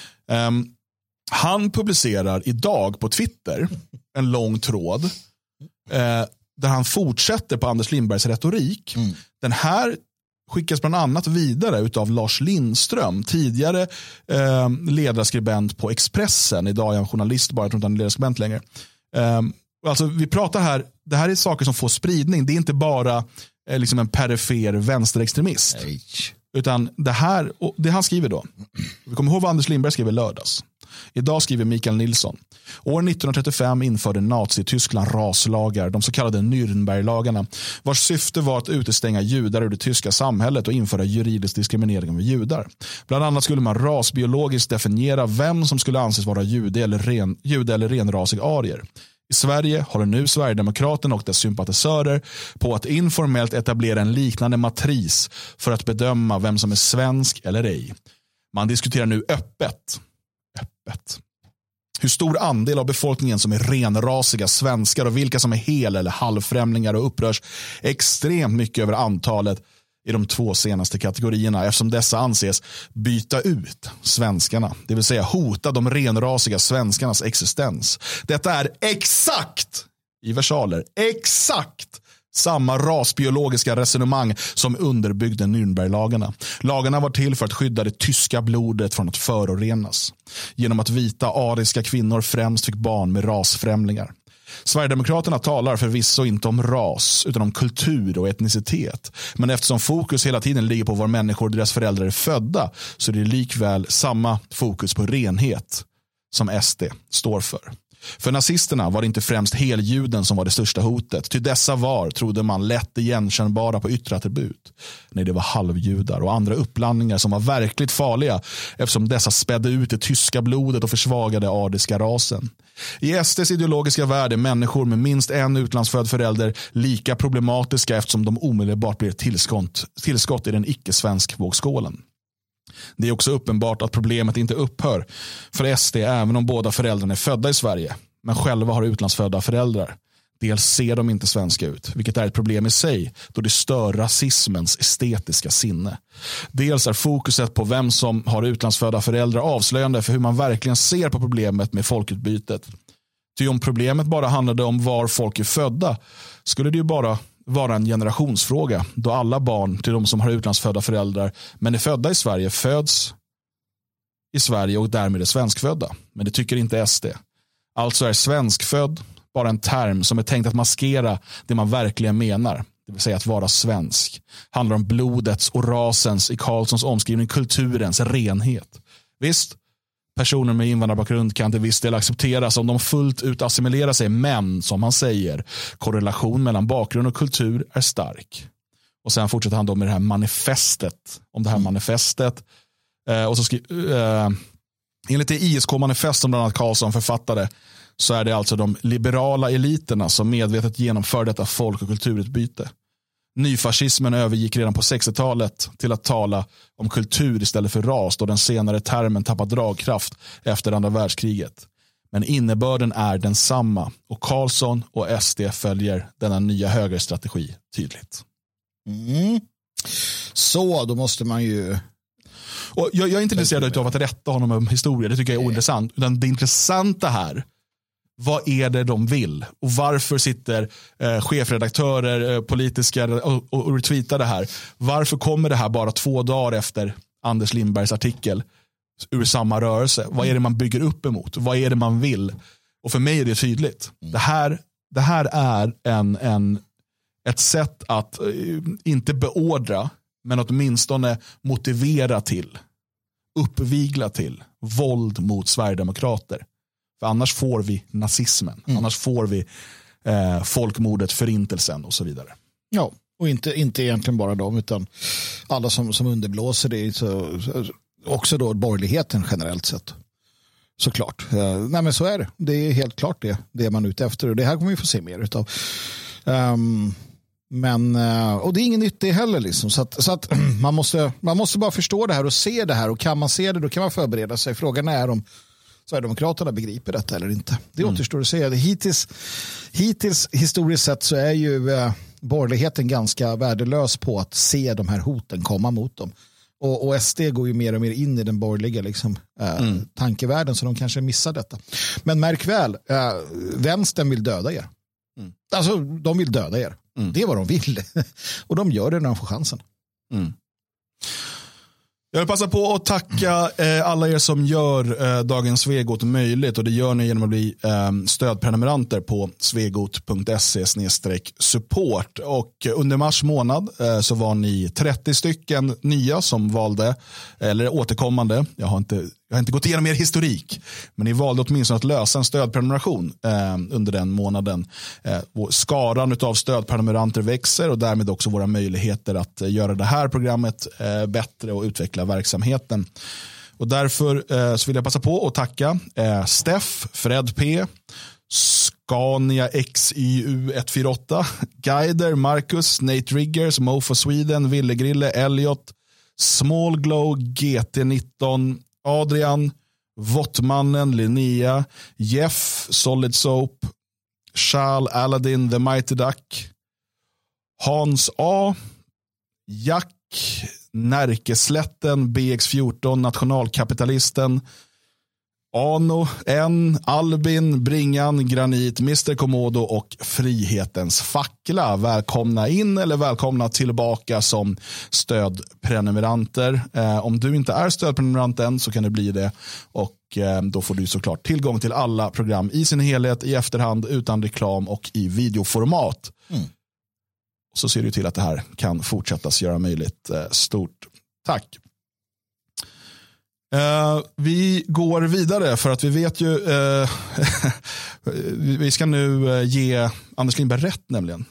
Han publicerar idag på Twitter en lång tråd där han fortsätter på Anders Lindbergs retorik. Den här skickas bland annat vidare utav Lars Lindström, tidigare ledarskribent på Expressen. Idag är han journalist, bara jag tror inte han är ledarskribent längre. Alltså vi pratar här, det här är saker som får spridning. Det är inte bara liksom en perifer vänsterextremist. Nej. Utan det han skriver då. Vi kommer ihåg vad Anders Lindberg skriver lördags. Idag skriver Mikael Nilsson. År 1935 införde Nazi-Tyskland raslagar, de så kallade Nürnberglagarna, vars syfte var att utestänga judar ur det tyska samhället och införa juridisk diskriminering av judar. Bland annat skulle man rasbiologiskt definiera vem som skulle anses vara jude eller renrasig arier. I Sverige håller nu Sverigedemokraterna och dess sympatisörer på att informellt etablera en liknande matris för att bedöma vem som är svensk eller ej. Man diskuterar nu öppet hur stor andel av befolkningen som är renrasiga svenskar och vilka som är hel- eller halvfrämlingar, och upprörs extremt mycket över antalet i de 2 senaste kategorierna eftersom dessa anses byta ut svenskarna, det vill säga hota de renrasiga svenskarnas existens. Detta är exakt, i versaler, exakt samma rasbiologiska resonemang som underbyggde Nürnberglagarna. Lagarna var till för att skydda det tyska blodet från att förorenas genom att vita ariska kvinnor främst fick barn med rasfrämlingar. Sverigedemokraterna talar förvisso inte om ras utan om kultur och etnicitet. Men eftersom fokus hela tiden ligger på var människor och deras föräldrar är födda så är det likväl samma fokus på renhet som SD står för. För nazisterna var det inte främst heljuden som var det största hotet. Ty dessa var, trodde man, lätt igenkännbara på yttre attribut. Nej, det var halvjudar och andra uppblandningar som var verkligt farliga eftersom dessa spädde ut det tyska blodet och försvagade ariska rasen. I SDs ideologiska värld är människor med minst en utlandsfödd förälder lika problematiska eftersom de omedelbart blir tillskott i den icke-svensk vågskålen. Det är också uppenbart att problemet inte upphör för SD även om båda föräldrarna är födda i Sverige men själva har utlandsfödda föräldrar. Dels ser de inte svenska ut, vilket är ett problem i sig då det stör rasismens estetiska sinne. Dels är fokuset på vem som har utlandsfödda föräldrar avslöjande för hur man verkligen ser på problemet med folkutbytet. Ty om problemet bara handlade om var folk är födda skulle det ju bara vara en generationsfråga då alla barn till de som har utlandsfödda föräldrar men är födda i Sverige föds i Sverige och därmed är svenskfödda. Men det tycker inte SD. Alltså är svenskfödd bara en term som är tänkt att maskera det man verkligen menar, det vill säga att vara svensk. Handlar om blodets och rasens, i Karlssons omskrivning, kulturens renhet. Visst, personer med invandrarbakgrund kan till viss del accepteras om de fullt ut assimilerar sig, men som han säger, korrelation mellan bakgrund och kultur är stark. Och sen fortsätter han då med det här manifestet, om det här manifestet. Och så enligt det ISK-manifest som bland annat Karlsson författade så är det alltså de liberala eliterna som medvetet genomför detta folk- och kulturutbyte. Nyfascismen övergick redan på 60-talet till att tala om kultur istället för ras då den senare termen tappade dragkraft efter andra världskriget. Men innebörden är densamma och Karlsson och SD följer denna nya högerstrategi tydligt. Så då måste man ju... Och jag är inte intresserad av att rätta honom om historia, det tycker jag är ointressant. Utan det intressanta här, vad är det de vill? Och varför sitter chefredaktörer, politiska och retweetar det här? Varför kommer det här bara 2 dagar efter Anders Lindbergs artikel ur samma rörelse? Vad är det man bygger upp emot? Vad är det man vill? Och för mig är det tydligt. Det här är ett sätt att inte beordra men åtminstone motivera till, uppvigla till våld mot Sverigedemokrater. För annars får vi nazismen. Annars får vi folkmordet, förintelsen och så vidare. Ja, och inte egentligen bara dem utan alla som underblåser det. Så, också då borgerligheten generellt sett. Såklart. Nej men så är det. Det är helt klart det man är ute efter. Och det här kommer vi få se mer utav. Men, och det är ingen nytt det heller liksom. Så att man måste bara förstå det här och se det här. Och kan man se det då kan man förbereda sig. Frågan är om Sverigedemokraterna begriper detta eller inte. Det återstår att säga. Hittills historiskt sett så är ju borgerligheten ganska värdelös på att se de här hoten komma mot dem. Och SD går ju mer och mer in i den borgerliga liksom, tankevärlden så de kanske missar detta. Men märk väl, vänstern vill döda er. Alltså de vill döda er. Det är vad de vill. Och de gör det när de får chansen. Jag vill passa på att tacka alla er som gör dagens Svegot möjligt och det gör ni genom att bli stödprenumeranter på svegot.se/support och under mars månad så var ni 30 stycken nya som valde, eller återkommande, jag har inte gått igenom er historik, men ni valde åtminstone att lösa en stödprenumeration under den månaden. Skaran av stödprenumeranter växer och därmed också våra möjligheter att göra det här programmet bättre och utveckla verksamheten. Och därför så vill jag passa på att tacka Steff, Fred P, Scania XYU 148, Guider, Marcus, Nate Riggers, Mo for Sweden, Ville Grille, Elliot, Small Glow, GT19, Adrian, Vottmannen, Linnea, Jeff, Solid Soap, Charles, Aladdin, The Mighty Duck, Hans A, Jack, Närkeslätten, BX14, Nationalkapitalisten, Ano, Albin, Bringan, Granit, Mr. Komodo och Frihetens fackla. Välkomna in eller välkomna tillbaka som stödprenumeranter. Om du inte är stödprenumerant än så kan du bli det, och då får du såklart tillgång till alla program i sin helhet, i efterhand, utan reklam och i videoformat. Så ser du till att det här kan fortsättas göra möjligt. Stort tack. Vi går vidare för att vi vet ju vi ska nu ge Anders Lindberg rätt nämligen.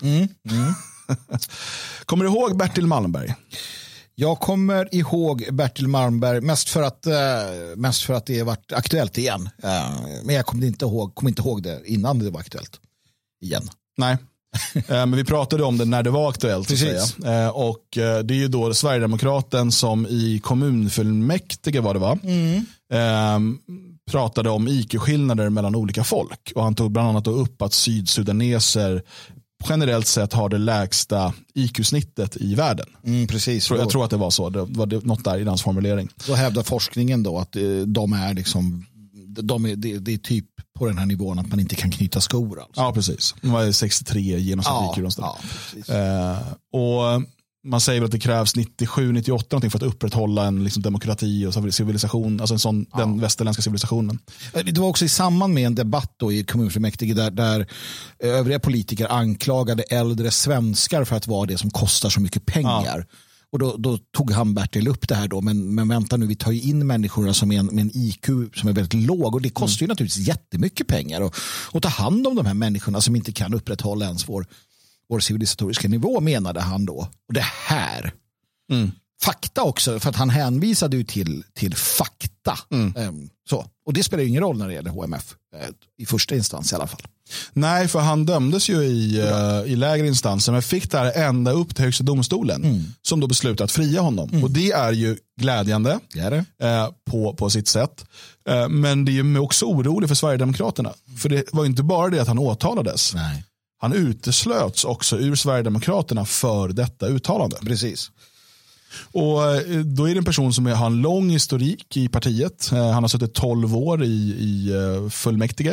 Kommer du ihåg Bertil Malmberg? Jag kommer ihåg Bertil Malmberg mest för att det har varit aktuellt igen. Men jag kommer inte ihåg det innan det var aktuellt igen. Nej. Men vi pratade om det när det var aktuellt. Och det är ju då Sverigedemokraten som i kommunfullmäktige pratade om IQ-skillnader mellan olika folk. Och han tog bland annat upp att sydsudaneser generellt sett har det lägsta IQ-snittet i världen. Precis. Jag tror att det var så. Det var något där i hans formulering. Då hävdar forskningen då att de är liksom det är typ på den här nivån att man inte kan knyta skor. Alltså. Ja, precis. Det var 63 genomsnittligt IQ. Och man säger väl att det krävs 97-98 någonting för att upprätthålla en liksom demokrati och civilisation, alltså en sån, den västerländska civilisationen. Det var också i samband med en debatt då i kommunfullmäktige där övriga politiker anklagade äldre svenskar för att vara det som kostar så mycket pengar. Ja. Och då tog han Bertil upp det här då, men vänta nu, vi tar ju in människor som med en IQ som är väldigt låg, och det kostar ju naturligtvis jättemycket pengar och ta hand om de här människorna som inte kan upprätthålla ens vår civilisatoriska nivå, menade han då. Och det här fakta också, för att han hänvisade ju till fakta. Så. Och det spelar ju ingen roll när det gäller HMF i första instans i alla fall. Nej, för han dömdes ju i lägre instanser, men fick det här ända upp till högsta domstolen som då beslutade att fria honom. Och det är ju glädjande på sitt sätt. Men det är ju också oroligt för Sverigedemokraterna. För det var ju inte bara det att han åtalades. Nej. Han uteslöts också ur Sverigedemokraterna för detta uttalande. Precis. Och då är det en person som har en lång historik i partiet. Han har suttit 12 år i fullmäktige.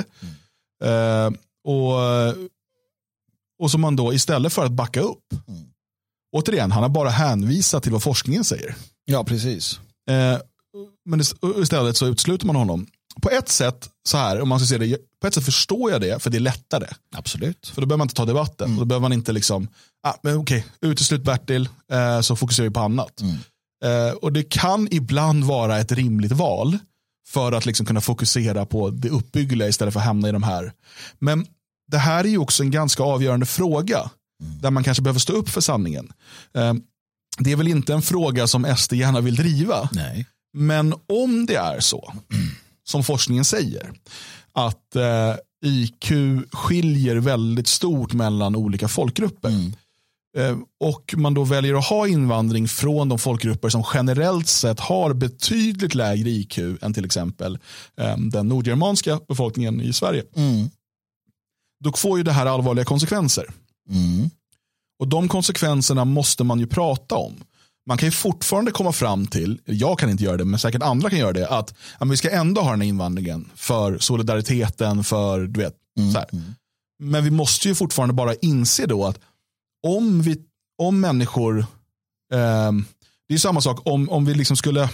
Och som man då istället för att backa upp, återigen, han har bara hänvisat till vad forskningen säger. Ja, precis. Men istället så utsluter man honom. På ett sätt så här, om man ska se det, på ett sätt förstår jag det, för det är lättare. Absolut. För då behöver man inte ta debatten. Och då behöver man inte liksom, men okej, uteslut Bertil, så fokuserar vi på annat. Och det kan ibland vara ett rimligt val för att liksom kunna fokusera på det uppbyggliga istället för att hamna i de här. Men det här är ju också en ganska avgörande fråga där man kanske behöver stå upp för sanningen. Det är väl inte en fråga som SD gärna vill driva. Nej. Men om det är så, som forskningen säger, att IQ skiljer väldigt stort mellan olika folkgrupper, och man då väljer att ha invandring från de folkgrupper som generellt sett har betydligt lägre IQ än till exempel den nordgermanska befolkningen i Sverige, då får ju det här allvarliga konsekvenser. Och de konsekvenserna måste man ju prata om. Man kan ju fortfarande komma fram till, jag kan inte göra det, men säkert andra kan göra det, att vi ska ändå ha den här invandringen för solidariteten, för du vet, så här. Men vi måste ju fortfarande bara inse då att om människor, det är samma sak om vi liksom skulle,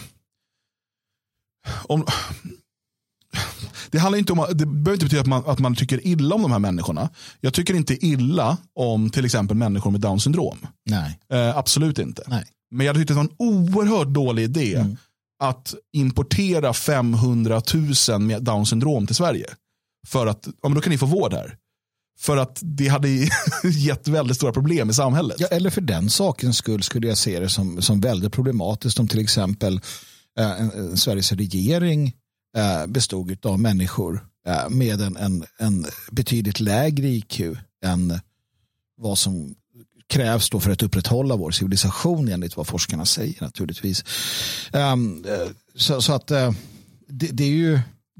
det handlar inte om, det behöver inte betyda att man tycker illa om de här människorna. Jag tycker inte illa om till exempel människor med Down syndrom. Nej. Absolut inte. Nej. Men jag tyckte det var en oerhört dålig idé att importera 500 000 med Down syndrom till Sverige. För att, då kan ni få vård här. För att det hade gett väldigt stora problem i samhället. Ja, eller för den sakens skull skulle jag se det som väldigt problematiskt om till exempel Sveriges regering bestod av människor med en betydligt lägre IQ än vad som krävs då för att upprätthålla vår civilisation enligt vad forskarna säger naturligtvis. Så att det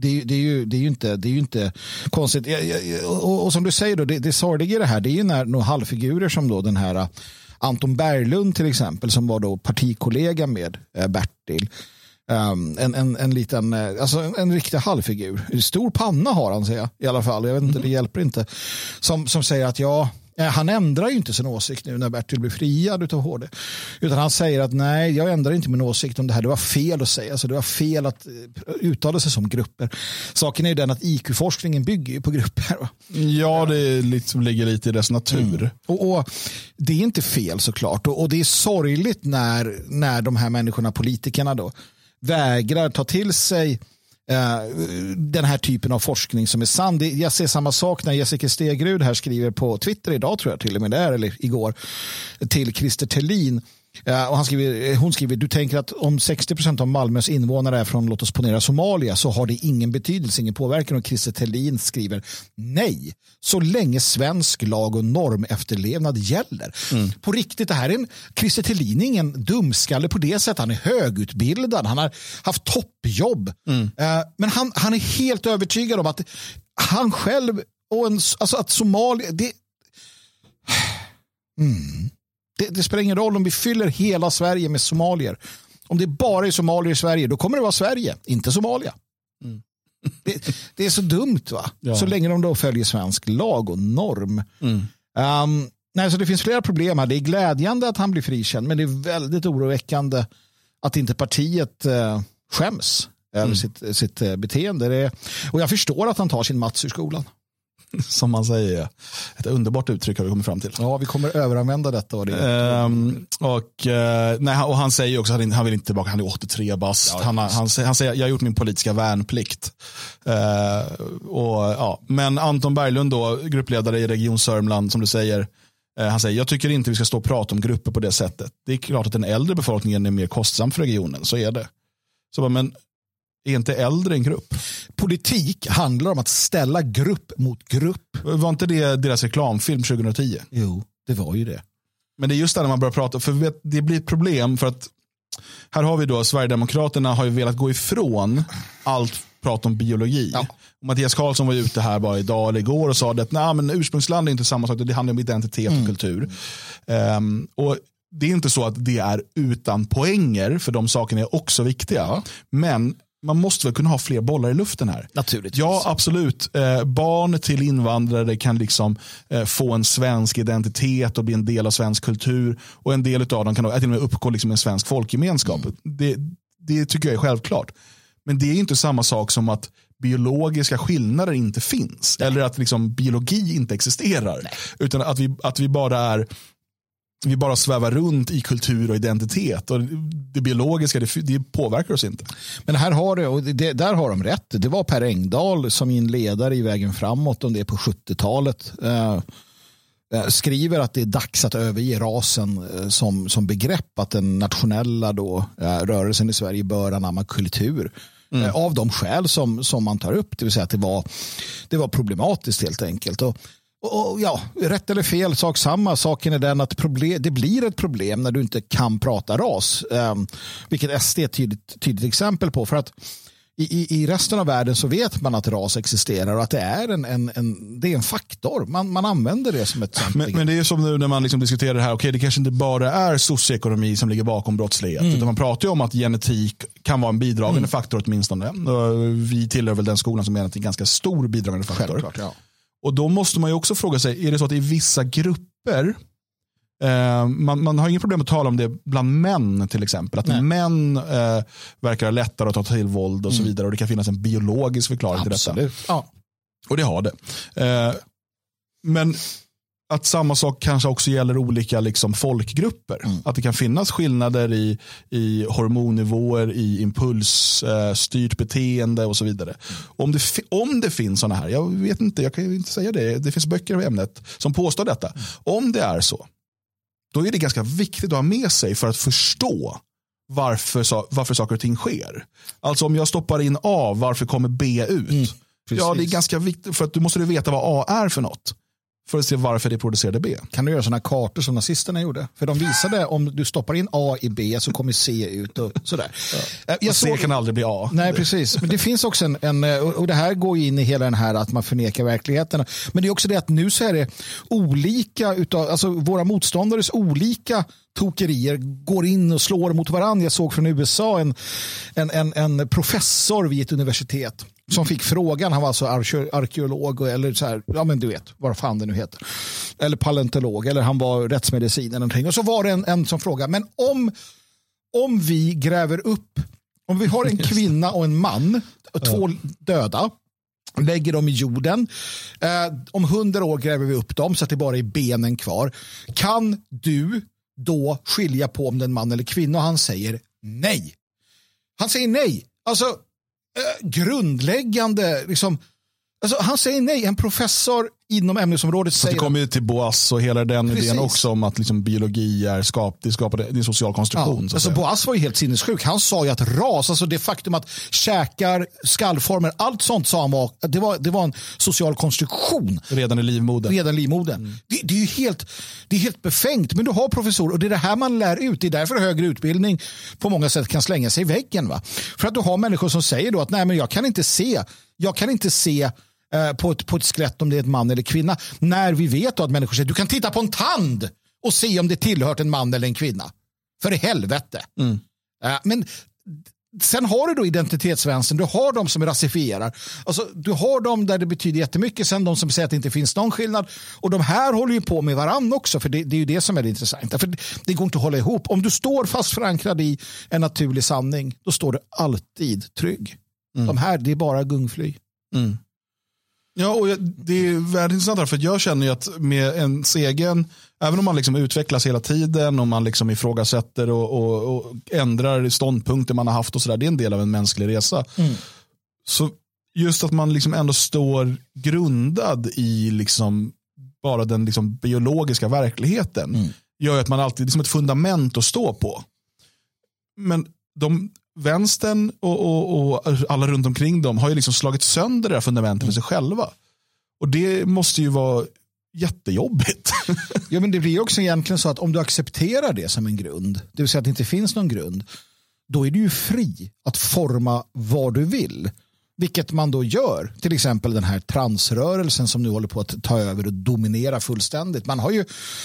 Det är ju inte konstigt. Och som du säger då, det sorgliga i det här, det är ju när några halvfigurer som då den här Anton Berglund till exempel, som var då partikollega med Bertil. En liten, alltså en riktig halvfigur. Stor panna har han, säger jag, i alla fall. Jag vet inte, det hjälper inte. Som säger att han ändrar ju inte sin åsikt nu när Bertil blir friad utav HD. Utan han säger att nej, jag ändrar inte min åsikt om det här. Det var fel att säga. Alltså, det var fel att uttala sig som grupper. Saken är ju den att IQ-forskningen bygger ju på grupper. Va? Ja, det liksom ligger lite i dess natur. Och det är inte fel såklart. Och det är sorgligt när de här människorna, politikerna då, vägrar ta till sig den här typen av forskning som är sann. Jag ser samma sak när Jessica Stegrud här skriver på Twitter idag, tror jag till och med det är, eller igår, till Christer Thelin. Och hon skriver, du tänker att om 60% av Malmös invånare är från, låt oss ponera, Somalia, så har det ingen betydelse, ingen påverkan. Och Christer Thelin skriver, nej, så länge svensk lag och norm efterlevnad gäller. På riktigt, det här är Christer Thelin är ingen dumskalle på det sättet. Han är högutbildad, han har haft toppjobb. Men han är helt övertygad om att han själv och alltså att Somalia, det spelar ingen roll om vi fyller hela Sverige med somalier. Om det bara är somalier i Sverige, då kommer det vara Sverige, inte Somalia. Det är så dumt, va? Ja. Så länge de då följer svensk lag och norm. Så det finns flera problem här. Det är glädjande att han blir frikänd, men det är väldigt oroväckande att inte partiet skäms över sitt beteende. Och jag förstår att han tar sin Mats ur skolan. Som man säger. Ett underbart uttryck har vi kommit fram till. Ja, vi kommer överanvända detta. Och han säger också att han vill inte tillbaka. Han är 83 bast. Ja, han säger, jag har gjort min politiska värnplikt. Men Anton Berglund då, gruppledare i Region Sörmland, som du säger, han säger, jag tycker inte vi ska stå och prata om grupper på det sättet. Det är klart att den äldre befolkningen är mer kostsam för regionen, så är det. Så, men är inte äldre en grupp? Politik handlar om att ställa grupp mot grupp. Var inte det deras reklamfilm 2010? Jo, det var ju det. Men det är just där när man börjar prata, för det blir ett problem, för att här har vi då, Sverigedemokraterna har ju velat gå ifrån allt prat om biologi. Ja. Mattias Karlsson var ute här bara idag eller igår och sa att men ursprungsland är inte samma sak, det handlar om identitet och kultur. Och det är inte så att det är utan poänger, för de sakerna är också viktiga. Men man måste väl kunna ha fler bollar i luften här. Naturligtvis. Ja, absolut. Barn till invandrare kan liksom få en svensk identitet och bli en del av svensk kultur. Och en del av dem kan till och med uppgå liksom en svensk folkgemenskap. Det tycker jag är självklart. Men det är inte samma sak som att biologiska skillnader inte finns. Nej. Eller att liksom biologi inte existerar. Nej. Utan att vi bara svävar runt i kultur och identitet, och det biologiska, det påverkar oss inte. Men här har det, och där har de rätt. Det var Per Engdahl som i en ledare i Vägen framåt, om det är på 70-talet, skriver att det är dags att överge rasen som begrepp, att den nationella då, rörelsen i Sverige bör anamma kultur. Av de skäl som man tar upp, det vill säga att det var problematiskt helt enkelt. Och rätt eller fel, saken är den att det blir ett problem när du inte kan prata ras. Vilket SD är ett tydligt exempel på. För att i resten av världen så vet man att ras existerar och att det är en faktor. Man använder det som ett sånt. Men det är som nu när man liksom diskuterar det här, okej, det kanske inte bara är socioekonomi som ligger bakom brottslighet. Utan man pratar ju om att genetik kan vara en bidragande faktor åtminstone. Vi tillhör väl den skolan som är en ganska stor bidragande faktor. Självklart, ja. Och då måste man ju också fråga sig, är det så att i vissa grupper, man har inget problem att tala om det bland män till exempel, att män verkar lättare att ta till våld och så vidare, och det kan finnas en biologisk förklaring till detta. Ja. Och det har det. Men att samma sak kanske också gäller olika liksom folkgrupper. Att det kan finnas skillnader i hormonnivåer, i impulsstyrt beteende och så vidare. Om det finns sådana här, jag vet inte, jag kan ju inte säga det. Det finns böcker i ämnet som påstår detta. Om det är så, då är det ganska viktigt att ha med sig för att förstå varför saker och ting sker. Alltså om jag stoppar in A, varför kommer B ut? Ja, det är ganska viktigt, för att du måste veta vad A är för något. för att se varför det producerade B. Kan du göra sådana kartor som nazisterna gjorde? För de visade om du stoppar in A i B så kommer C ut och sådär. Och C kan aldrig bli A. Nej, precis. Men det finns också och det här går in i hela den här att man förnekar verkligheten. Men det är också det att nu så är det olika alltså våra motståndares olika tokerier går in och slår mot varandra. Jag såg från USA en professor vid ett universitet som fick frågan, han var alltså arkeolog eller så här, ja men du vet, vad fan det nu heter. Eller paleontolog, eller han var rättsmedicin eller någonting. Och så var det en som frågade, men om vi gräver upp, om vi har en kvinna och en man, två döda, lägger dem i jorden, om 100 år gräver vi upp dem så att det bara är benen kvar. Kan du då skilja på om det är en man eller kvinna? Och han säger nej. Han säger nej. Alltså grundläggande liksom, alltså han säger nej. En professor inom ämnesområdet säger... Det kommer ju till Boas och hela den idén också om att liksom biologi är det är en social konstruktion. Ja, alltså Boas var ju helt sinnessjuk. Han sa ju att ras, alltså det faktum att käkar, skallformer, allt sånt sa han det var en social konstruktion. Redan i livmodern. Mm. Det är helt befängt, men du har professor och det är det här man lär ut. Det är därför högre utbildning på många sätt kan slänga sig i väggen. Va? För att du har människor som säger då att nej, men jag kan inte se på ett skelett om det är ett man eller kvinna. När vi vet att människor säger du kan titta på en tand och se om det tillhört en man eller en kvinna. För i helvete. Mm. Men sen har du då identitetsvänstern. Du har de som rasifierar. Alltså, du har de där det betyder jättemycket. Sen de som säger att det inte finns någon skillnad. Och de här håller ju på med varann också. För det är ju det som är det intressanta. För det går inte att hålla ihop. Om du står fast förankrad i en naturlig sanning, då står du alltid trygg. Mm. De här, det är bara gungfly. Mm. Ja, och det är väldigt intressant för jag känner ju att med ens egen, även om man liksom utvecklas hela tiden och man liksom ifrågasätter och ändrar ståndpunkter man har haft och sådär, det är en del av en mänsklig resa. Mm. Så just att man liksom ändå står grundad i liksom bara den liksom biologiska verkligheten gör att man alltid, det är som ett fundament att stå på. Men vänstern och alla runt omkring dem har ju liksom slagit sönder det här fundamentet för sig själva. Och det måste ju vara jättejobbigt. Ja, men det blir också egentligen så att om du accepterar det som en grund, det vill säga att det inte finns någon grund, då är du ju fri att forma vad du vill. Vilket man då gör. Till exempel den här transrörelsen som nu håller på att ta över och dominera fullständigt. Man har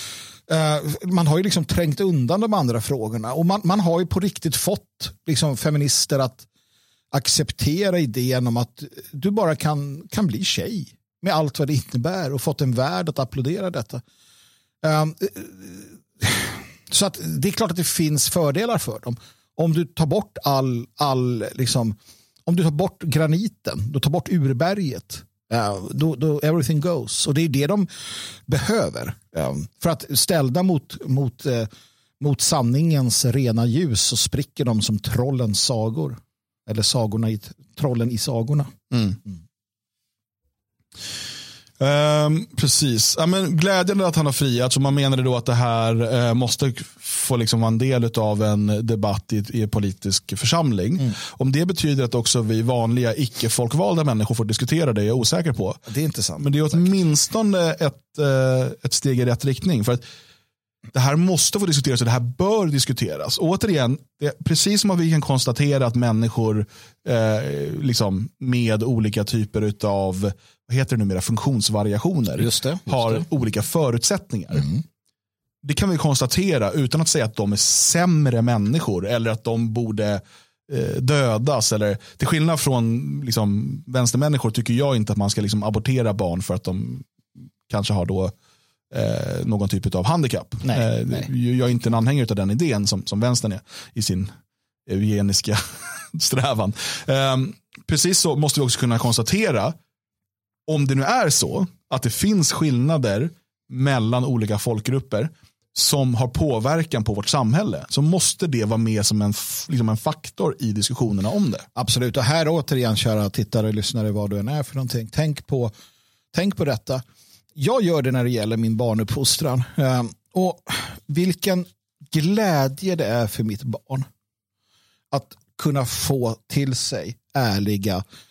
ju liksom trängt undan de andra frågorna och man har ju på riktigt fått liksom feminister att acceptera idén om att du bara kan bli tjej med allt vad det innebär och fått en värld att applådera detta. Så att det är klart att det finns fördelar för dem. Om du tar bort om du tar bort graniten, du tar bort urberget, då everything goes. Och det är det de behöver. För att ställda mot sanningens rena ljus så spricker de som trollens sagor. Eller trollen i sagorna. Precis. Ja, men glädjande att han har friat. Så man menade då att det här måste få liksom vara en del av en debatt i en politisk församling. Om det betyder att också vi vanliga icke-folkvalda människor får diskutera det är jag osäker på. Det är inte sant. Men det är åtminstone ett steg i rätt riktning. För att det här måste få diskuteras och det här bör diskuteras. Och återigen, precis som att vi kan konstatera att människor liksom med olika typer av, vad heter det numera, funktionsvariationer har olika förutsättningar. Det kan vi konstatera utan att säga att de är sämre människor eller att de borde dödas. Eller, till skillnad från liksom, vänstermänniskor tycker jag inte att man ska liksom, abortera barn för att de kanske har då någon typ av handikapp. Nej. Jag är inte en anhängare av den idén som vänstern är i sin eugeniska strävan. Precis så måste vi också kunna konstatera, om det nu är så att det finns skillnader mellan olika folkgrupper som har påverkan på vårt samhälle, så måste det vara med som en faktor i diskussionerna om det. Absolut, och här återigen, kära tittare och lyssnare, vad du än är för någonting. Tänk på detta. Jag gör det när det gäller min barnuppfostran. Och vilken glädje det är för mitt barn att kunna få till sig ärliga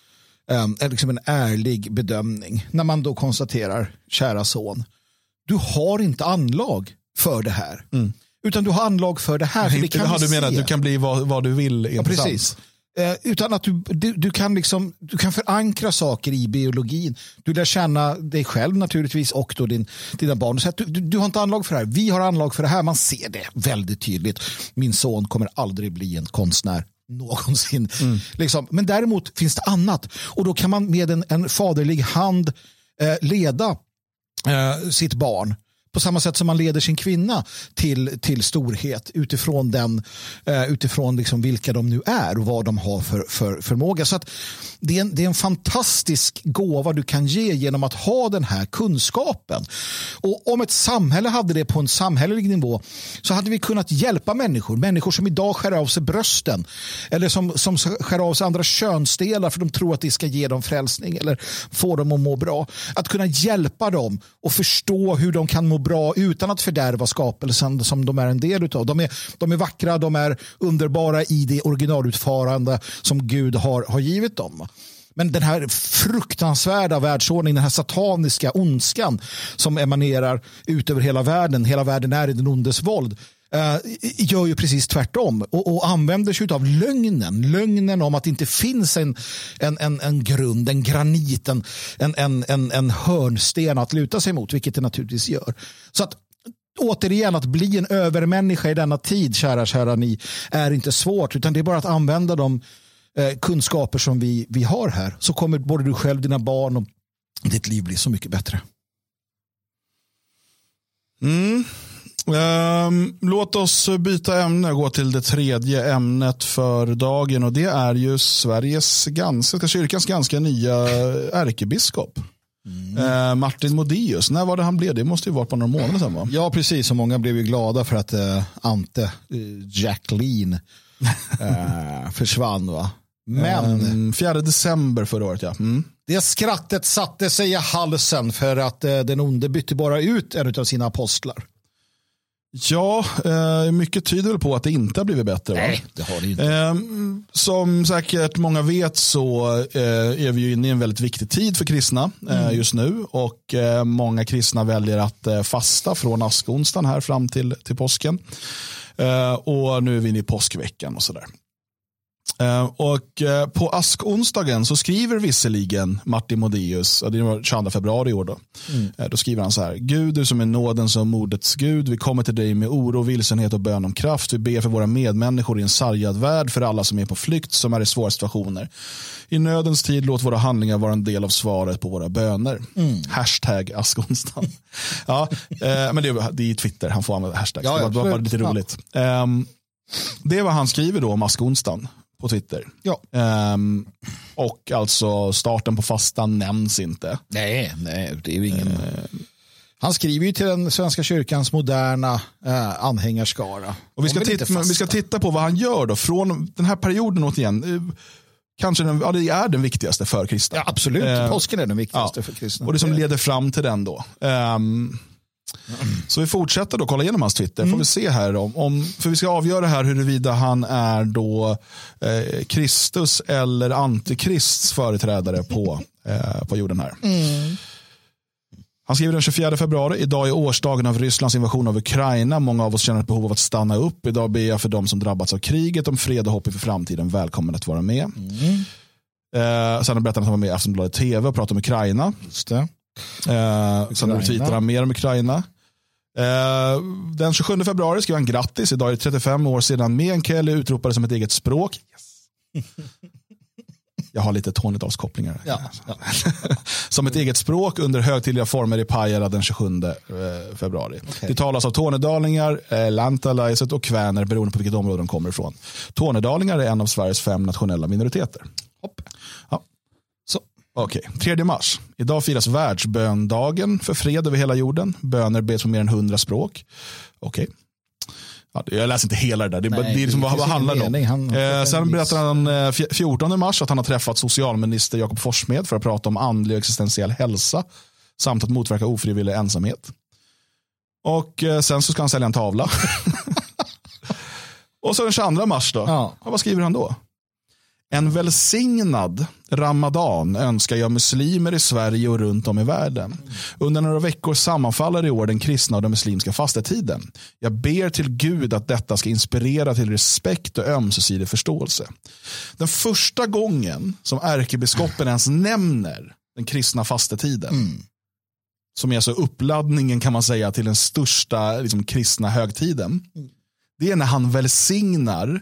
liksom en ärlig bedömning när man då konstaterar, kära son, du har inte anlag för det här. Utan du har anlag för det här. För det kan du menar att du kan bli vad du vill. Ja, precis. Utan att du kan förankra saker i biologin. Du lär känna dig själv naturligtvis och då dina barn. Så att du har inte anlag för det här. Vi har anlag för det här. Man ser det väldigt tydligt. Min son kommer aldrig bli en konstnär någonsin. Liksom. Men däremot finns det annat. Och då kan man med en faderlig hand leda sitt barn. På samma sätt som man leder sin kvinna till storhet utifrån liksom vilka de nu är och vad de har för förmåga. Så att det är en fantastisk gåva du kan ge genom att ha den här kunskapen. Och om ett samhälle hade det på en samhällelig nivå så hade vi kunnat hjälpa människor som idag skär av sig brösten eller som skär av sig andra könsdelar för de tror att det ska ge dem frälsning eller få dem att må bra. Att kunna hjälpa dem och förstå hur de kan må bra utan att fördärva skapelsen som de är en del utav. De är vackra, de är underbara i det originalutförande som Gud har givit dem. Men den här fruktansvärda världsordningen, den här sataniska ondskan som emanerar ut över hela världen är i den ondes våld, gör ju precis tvärtom och använder sig av lögnen om att det inte finns en grund, en granit, en hörnsten att luta sig mot, vilket det naturligtvis gör. Så att återigen, att bli en övermänniska i denna tid, kära ni, är inte svårt, utan det är bara att använda de kunskaper som vi har här, så kommer både du själv, dina barn och ditt liv bli så mycket bättre. Låt oss byta ämne och gå till det tredje ämnet för dagen, och det är ju kyrkans ganska nya ärkebiskop. Martin Modius. När var det han blev? Det måste ju vara på några månader sedan, va? Ja, precis. Och många blev ju glada för att Ante Jacqueline försvann, va? Men 4 december förra året, ja. Det skrattet satte sig i halsen för att den onde bytte bara ut en av sina apostlar. Ja, mycket tyder väl på att det inte har blivit bättre. Nej, va? Det har det inte. Som säkert många vet så är vi ju inne i en väldigt viktig tid för kristna just nu. Och många kristna väljer att fasta från askonsdagen här fram till påsken. Och nu är vi inne i påskveckan och sådär. Och på askonsdagen så skriver visserligen Martin Modius, det var 22 februari i år då. Då skriver han så här: Gud, du som är nådens och modets Gud, vi kommer till dig med oro, vilsenhet och bön om kraft. Vi ber för våra medmänniskor i en sargad värld, för alla som är på flykt, som är i svåra situationer. I nödens tid låt våra handlingar vara en del av svaret på våra böner. Hashtag askonsdagen. Ja, men det är Twitter, han får använda hashtag. Ja, det var lite roligt. Det är vad han skriver då om askonsdagen på Twitter. Ja. Och alltså starten på fastan nämns inte. Nej, det är ju ingen. Han skriver ju till den svenska kyrkans moderna anhängarskara. Och vi ska titta på vad han gör då från den här perioden återigen. Kanske det är den viktigaste för kristna. Ja, absolut. Påsken är den viktigaste för kristna. Och det som leder fram till den då. Så vi fortsätter då kolla igenom hans Twitter. Får vi se här för vi ska avgöra här huruvida han är då Kristus eller antikrists företrädare på jorden här. Han skriver den 24 februari: idag är årsdagen av Rysslands invasion av Ukraina. Många av oss känner ett behov av att stanna upp. Idag ber jag för dem som drabbats av kriget om fred och hopp inför framtiden. Välkommen att vara med. Sen berättar han att han var med i Aftonbladet TV och pratade om Ukraina. Just det. Sen tweetar han mer om Ukraina. Den 27 februari skrev han grattis. Idag är det 35 år sedan meänkieli utropades som ett eget språk. Yes. Jag har lite Tornedalskopplingar. Ja. Som ett eget språk under högtidliga former i Pajala den 27 februari. Okay. Det talas av tornedalingar, lantalaiset och kväner beroende på vilket område de kommer ifrån. Tornedalingar är en av Sveriges 5 nationella minoriteter. Hopp. Ja. Okej, 3 mars. Idag firas världsböndagen för fred över hela jorden. Böner beds på mer än 100 språk. Okej. Ja, jag läser inte hela det där. Det är liksom vad handlar det om. Sen berättar han 14 mars att han har träffat socialminister Jakob Forssmed för att prata om andlig och existentiell hälsa samt att motverka ofrivillig ensamhet. Och sen så ska han sälja en tavla. Och så den 22 mars då. Ja. Vad skriver han då? En välsignad Ramadan önskar jag muslimer i Sverige och runt om i världen. Under några veckor sammanfaller i år den kristna och den muslimska fastetiden. Jag ber till Gud att detta ska inspirera till respekt och ömsesidig förståelse. Den första gången som ärkebiskopen ens nämner den kristna fastetiden, som är alltså uppladdningen kan man säga till den största liksom, kristna högtiden, det är när han välsignar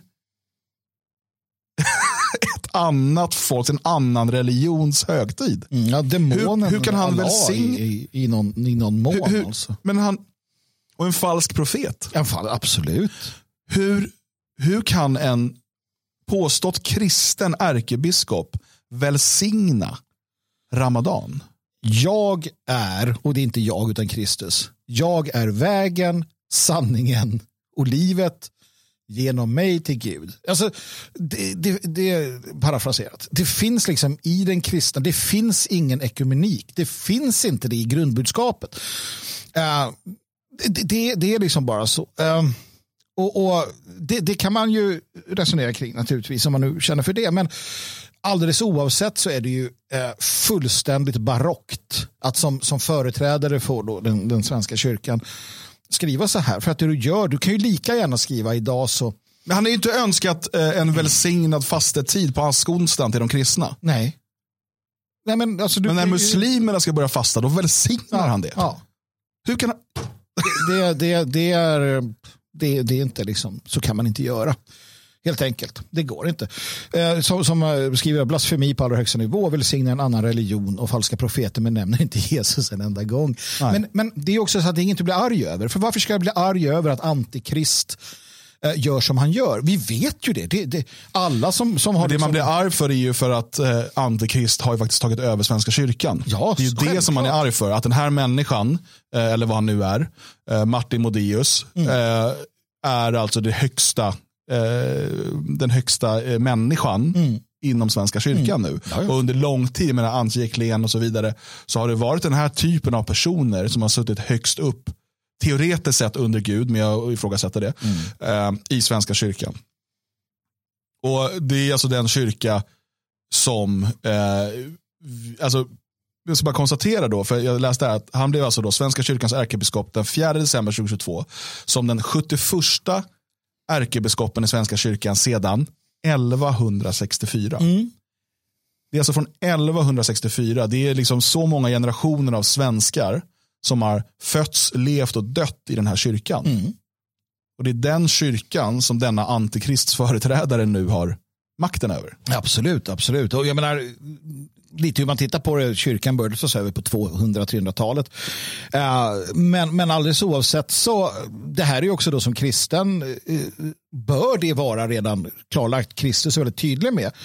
ett annat folk, en annan religions högtid. Ja, demonen hur kan han välsigna i någon mån alltså. Men han, och en falsk profet. Absolut. Hur kan en påstått kristen ärkebiskop välsigna Ramadan? Jag är, och det är inte jag utan Kristus, jag är vägen, sanningen och livet genom mig till Gud. Alltså, det är parafraserat. Det finns liksom i den kristna, det finns ingen ekumenik. Det finns inte det i grundbudskapet. Det är liksom bara så. Och det kan man ju resonera kring naturligtvis om man nu känner för det. Men alldeles oavsett så är det ju fullständigt barockt att som företrädare för då den svenska kyrkan skriva så här. För att det du gör, du kan ju lika gärna skriva idag så. Men han har ju inte önskat en välsignad fastetid på askonsdagen till de kristna. Nej. Nej men alltså, men när muslimerna ska börja fasta, då välsignar han det. Ja. Hur kan han... Det är inte liksom, så kan man inte göra. Helt enkelt, det går inte. Som skriver blasfemi på allra högsta nivå, välsignar en annan religion och falska profeter men nämner inte Jesus en enda gång. Men det är också så att det är inget att bli arg över. För varför ska jag bli arg över att antikrist gör som han gör? Vi vet ju det. Alla som har... Det man blir arg för är ju för att antikrist har ju faktiskt tagit över Svenska kyrkan. Ja, det är ju det som man är arg för. Att den här människan, eller vad han nu är, Martin Modéus, är alltså det högsta den högsta människan inom Svenska kyrkan nu. Ja. Och under lång tid med Antje Eklen och så vidare så har det varit den här typen av personer som har suttit högst upp teoretiskt sett under Gud, men jag ifrågasätter det, i Svenska kyrkan. Och det är alltså den kyrka som alltså jag ska bara konstatera då, för jag läste här att han blev alltså då Svenska kyrkans ärkebiskop den 4 december 2022 som den 71:a ärkebiskopen i Svenska kyrkan sedan 1164. Det är alltså från 1164. Det är liksom så många generationer av svenskar som har fötts, levt och dött i den här kyrkan. Och det är den kyrkan som denna antikrists företrädare nu har makten över. Absolut. Och jag menar, lite hur man tittar på det, kyrkan började så över på 200-300-talet. Men alldeles oavsett så, det här är ju också då som kristen, bör det vara redan klarlagt. Kristus är väldigt tydlig med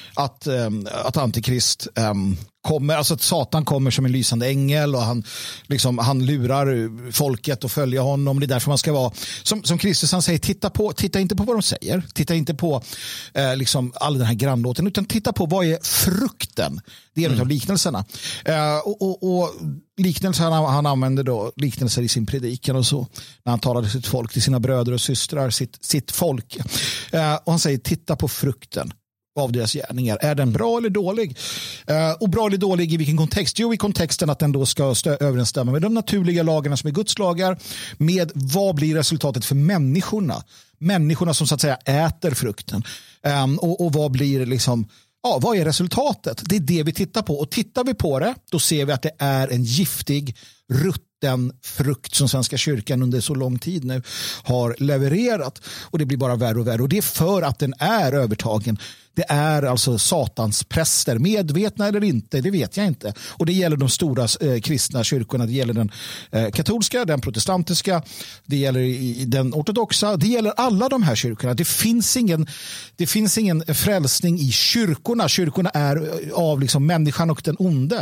att antikrist kommer, alltså att Satan kommer som en lysande ängel och han lurar folket att följa honom. Det är därför man ska vara som Kristus, han säger, titta inte på vad de säger, titta inte på liksom all den här grannlåten, utan titta på vad är frukten. Det är en av liknelserna. Och liknelser, han använder då liknelser i sin predikan och så, när han talade sitt folk, till sina bröder och systrar, sitt folk. Och han säger, titta på frukten av deras gärningar. Är den bra eller dålig? Och bra eller dålig i vilken kontext? Jo, i kontexten att den då ska överensstämma med de naturliga lagarna som är Guds lagar, med vad blir resultatet för människorna som så att säga äter frukten. Och vad blir liksom, vad är resultatet? Det är det vi tittar på. Och tittar vi på det, då ser vi att det är en giftig, rutten frukt som Svenska kyrkan under så lång tid nu har levererat. Och det blir bara värre och värre. Och det är för att den är övertagen. Det är alltså Satans präster, medvetna eller inte, det vet jag inte. Och det gäller de stora kristna kyrkorna, det gäller den katolska, den protestantiska, det gäller i den ortodoxa, det gäller alla de här kyrkorna. Det finns ingen frälsning i kyrkorna. Kyrkorna är av liksom människan och den onde.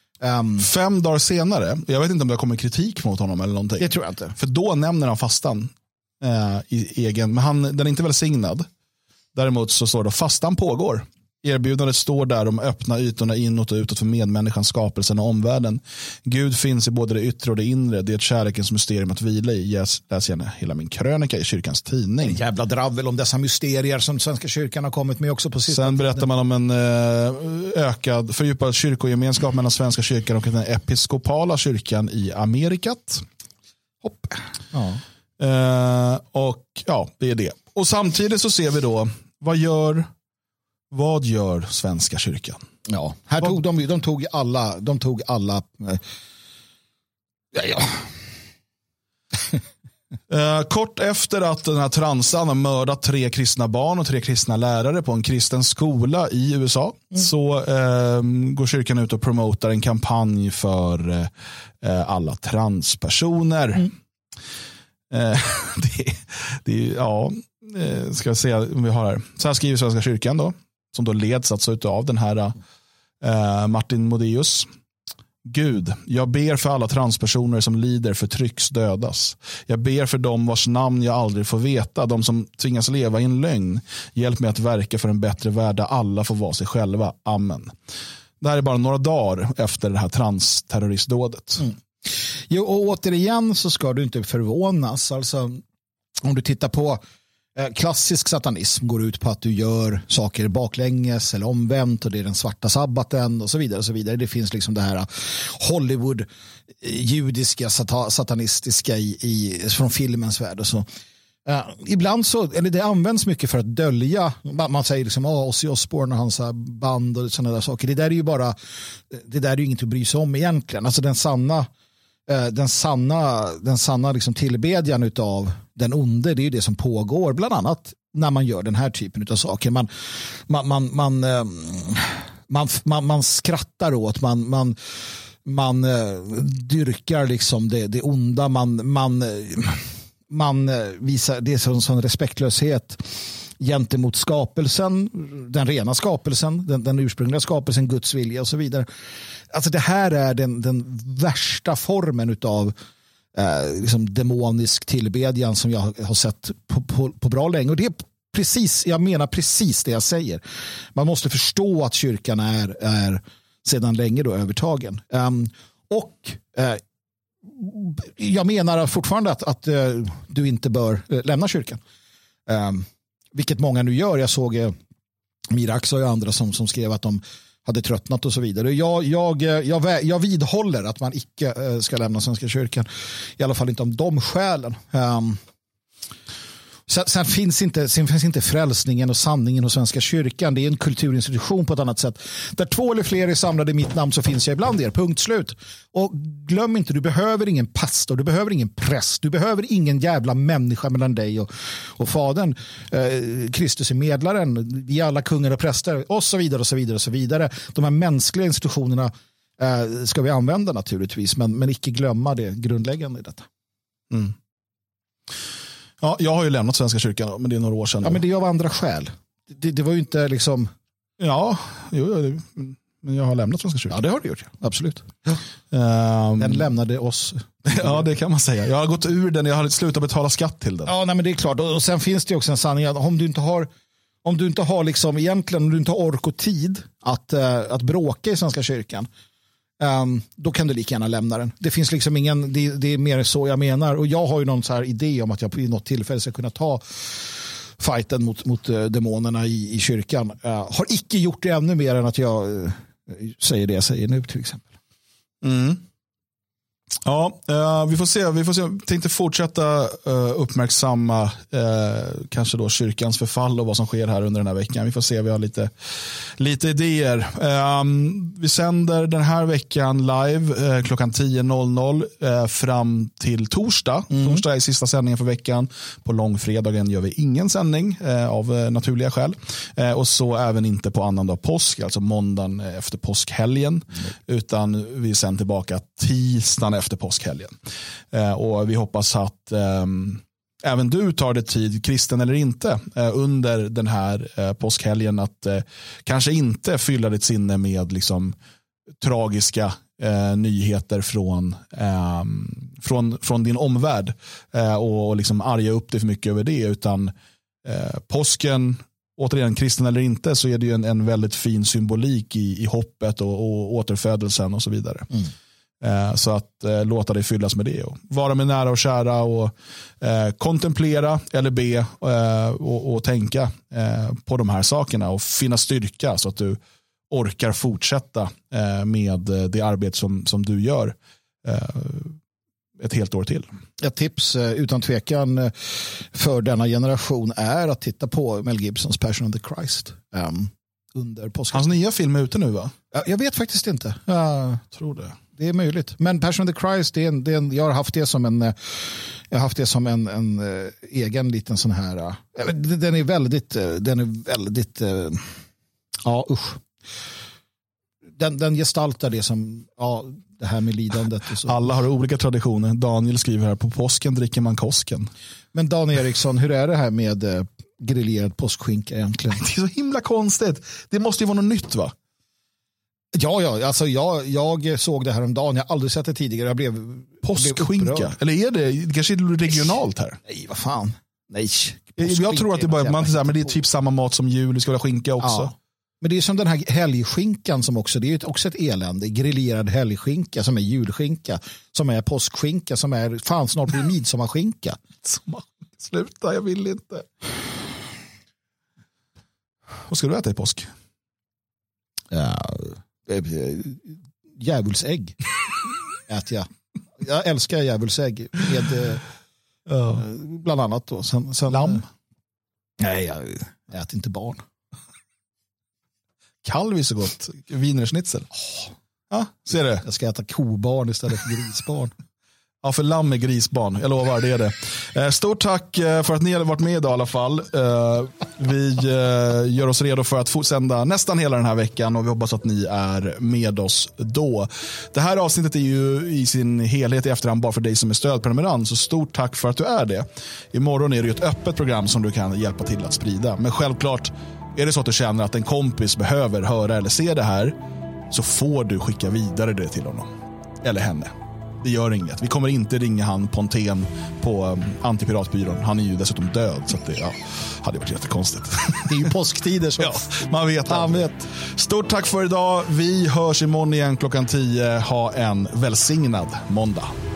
5 dagar senare, jag vet inte om det kommer kritik mot honom eller någonting. Det tror jag inte. För då nämner han fastan i egen, men den är inte välsignad. Däremot så står det fastan pågår Erbjudandet står där, de öppna ytorna inåt och utåt för medmänniskans, skapelsen och omvärlden. Gud finns i både det yttre och det inre. Det är ett kärlekens mysterium att vila i. Läs gärna hela min krönika i kyrkans tidning. En jävla dravel om dessa mysterier som Svenska kyrkan har kommit med också på sista. Sen berättar man om en fördjupad kyrkogemenskap mellan Svenska kyrkan och den episkopala kyrkan i Amerikat. Hopp. Ja. Och ja, det är det. Och samtidigt så ser vi då, vad gör Svenska kyrkan? Ja, här tog de tog alla kort efter att den här transan har mördat 3 kristna barn och 3 kristna lärare på en kristen skola i USA så går kyrkan ut och promotar en kampanj för alla transpersoner. Ska jag se om vi har här. Så här skriver Svenska kyrkan då, som då leds alltså av den här Martin Modéus. Gud, jag ber för alla transpersoner som lider, förtrycks, dödas. Jag ber för dem vars namn jag aldrig får veta, de som tvingas leva i en lögn. Hjälp mig att verka för en bättre värld där alla får vara sig själva. Amen. Det här är bara några dagar efter det här transterroristdådet. Jo, och återigen så ska du inte förvånas. Alltså, om du tittar på klassisk satanism går ut på att du gör saker baklänges eller omvänt och det är den svarta sabbaten och så vidare och så vidare. Det finns liksom det här Hollywood judiska satanistiska från filmens värld och så. Ibland så, eller det används mycket för att dölja, man säger liksom Ozzy Osbourne och hans band och sådana där saker. Det där är ju bara, det där är ju inget att bry sig om egentligen. Alltså den sanna liksom tillbedjan utav den onde, det är ju det som pågår bland annat när man gör den här typen av saker. Man skrattar åt, man dyrkar liksom det onda, man visar det som sån respektlöshet gentemot skapelsen, den rena skapelsen, den ursprungliga skapelsen, Guds vilja och så vidare. Alltså det här är den värsta formen utav liksom demonisk tillbedjan som jag har sett på bra länge. Och det är jag menar precis det jag säger. Man måste förstå att kyrkan är sedan länge då övertagen. Jag menar fortfarande att du inte bör lämna kyrkan. Vilket många nu gör. Jag såg Mirax och andra som skrev att de hade tröttnat och så vidare. Jag vidhåller att man icke ska lämna Svenska kyrkan. I alla fall inte om de skälen. Sen finns inte frälsningen och sanningen hos Svenska kyrkan. Det är en kulturinstitution på ett annat sätt. Där 2 eller fler är samlade i mitt namn så finns jag ibland er. Punkt slut. Och glöm inte, du behöver ingen pastor, du behöver ingen präst, du behöver ingen jävla människa mellan dig och fadern. Kristus är medlaren, vi är alla kungar och präster och så vidare och så vidare och så vidare. De här mänskliga institutionerna ska vi använda naturligtvis, men icke glömma det grundläggande i detta. Mm. Ja, jag har ju lämnat Svenska kyrkan, men det är några år sedan. Ja, men det är av andra skäl. Det var ju inte liksom... Ja, men jag har lämnat Svenska kyrkan. Ja, det har du gjort, absolut. Den lämnade oss. Ja, det kan man säga. Jag har gått ur den, jag har slutat betala skatt till den. Ja, nej, men det är klart. Och sen finns det ju också en sanning att om du inte har liksom egentligen, om du inte har ork och tid att bråka i Svenska kyrkan, då kan du lika gärna lämna den. Det finns liksom ingen, det är mer så jag menar. Och jag har ju någon så här idé om att jag på något tillfälle ska kunna ta fighten mot demonerna i kyrkan. Har icke gjort det ännu mer än att jag säger det jag säger nu till exempel. Mm. Ja, vi får se. Jag tänkte fortsätta uppmärksamma kanske då kyrkans förfall och vad som sker här under den här veckan. Vi får se, vi har lite idéer. Vi sänder den här veckan live klockan 10.00 fram till torsdag. Torsdag är sista sändningen för veckan. På långfredagen gör vi ingen sändning av naturliga skäl. Och så även inte på annandag påsk, alltså måndagen efter påskhelgen. Utan vi sänder tillbaka tisdagen efter påskhelgen. Och vi hoppas att även du tar det tid, kristen eller inte, under den här påskhelgen att kanske inte fylla ditt sinne med liksom tragiska nyheter från din omvärld och liksom arga upp dig för mycket över det, utan påsken återigen, kristen eller inte, så är det ju en väldigt fin symbolik i hoppet och återfödelsen och så vidare. Så att låta dig fyllas med det och vara med nära och kära och kontemplera eller be och tänka på de här sakerna och finna styrka så att du orkar fortsätta med det arbete som du gör ett helt år till. Ett tips utan tvekan för denna generation är att titta på Mel Gibsons Passion of the Christ under påsken. Hans nya film är ute nu, va? Jag vet faktiskt inte. Jag tror det. Det är möjligt. Men Passion of the Christ, jag har haft det som en egen liten sån här. Den är väldigt ja, usch. Den gestaltar det som, ja, det här med lidandet och så. Alla har olika traditioner. Daniel skriver här, på påsken dricker man kosken. Men Dan Eriksson, hur är det här med grillerad påskskinka egentligen? Det är så himla konstigt. Det måste ju vara något nytt, va? Ja, alltså jag såg det här om dagen. Jag har aldrig sett det tidigare. Jag blev påskskinka. Eller är det kanske regionalt här? Nej, vad fan. Nej. Jag tror att det bara, men det är typ samma mat som jul. Det ska vara skinka också. Ja. Men det är som den här helgskinkan som också, det är också ett elände. Grillerad helgskinka som är julskinka, som är påskskinka, som är fan snart blir midsommarskinka. Sluta, jag vill inte. Vad ska du äta i påsk? Djävulsägg äter jag. Jag älskar djävulsägg med bland annat då. Sen, lamm? Nej, jag äter inte barn. Kalv är så gott. Wienerschnitzel. Ja, ser du? Jag ska äta kobarn istället för grisbarn. Ja, för lamm är grisbarn. Jag lovar, det är det. Stort tack för att ni har varit med idag i alla fall. Vi gör oss redo för att sända nästan hela den här veckan och vi hoppas att ni är med oss då. Det här avsnittet är ju i sin helhet i efterhand bara för dig som är stödprenumerant, så stort tack för att du är det. Imorgon är det ju ett öppet program som du kan hjälpa till att sprida. Men självklart, är det så att du känner att en kompis behöver höra eller se det här, så får du skicka vidare det till honom. Eller henne. Det gör inget. Vi kommer inte ringa han Pontén på Antipiratbyrån. Han är ju dessutom död, så att det hade varit jättekonstigt. Det är ju påsktider så. Ja, man vet. Han vet. Stort tack för idag. Vi hörs imorgon igen 10:00. Ha en välsignad måndag.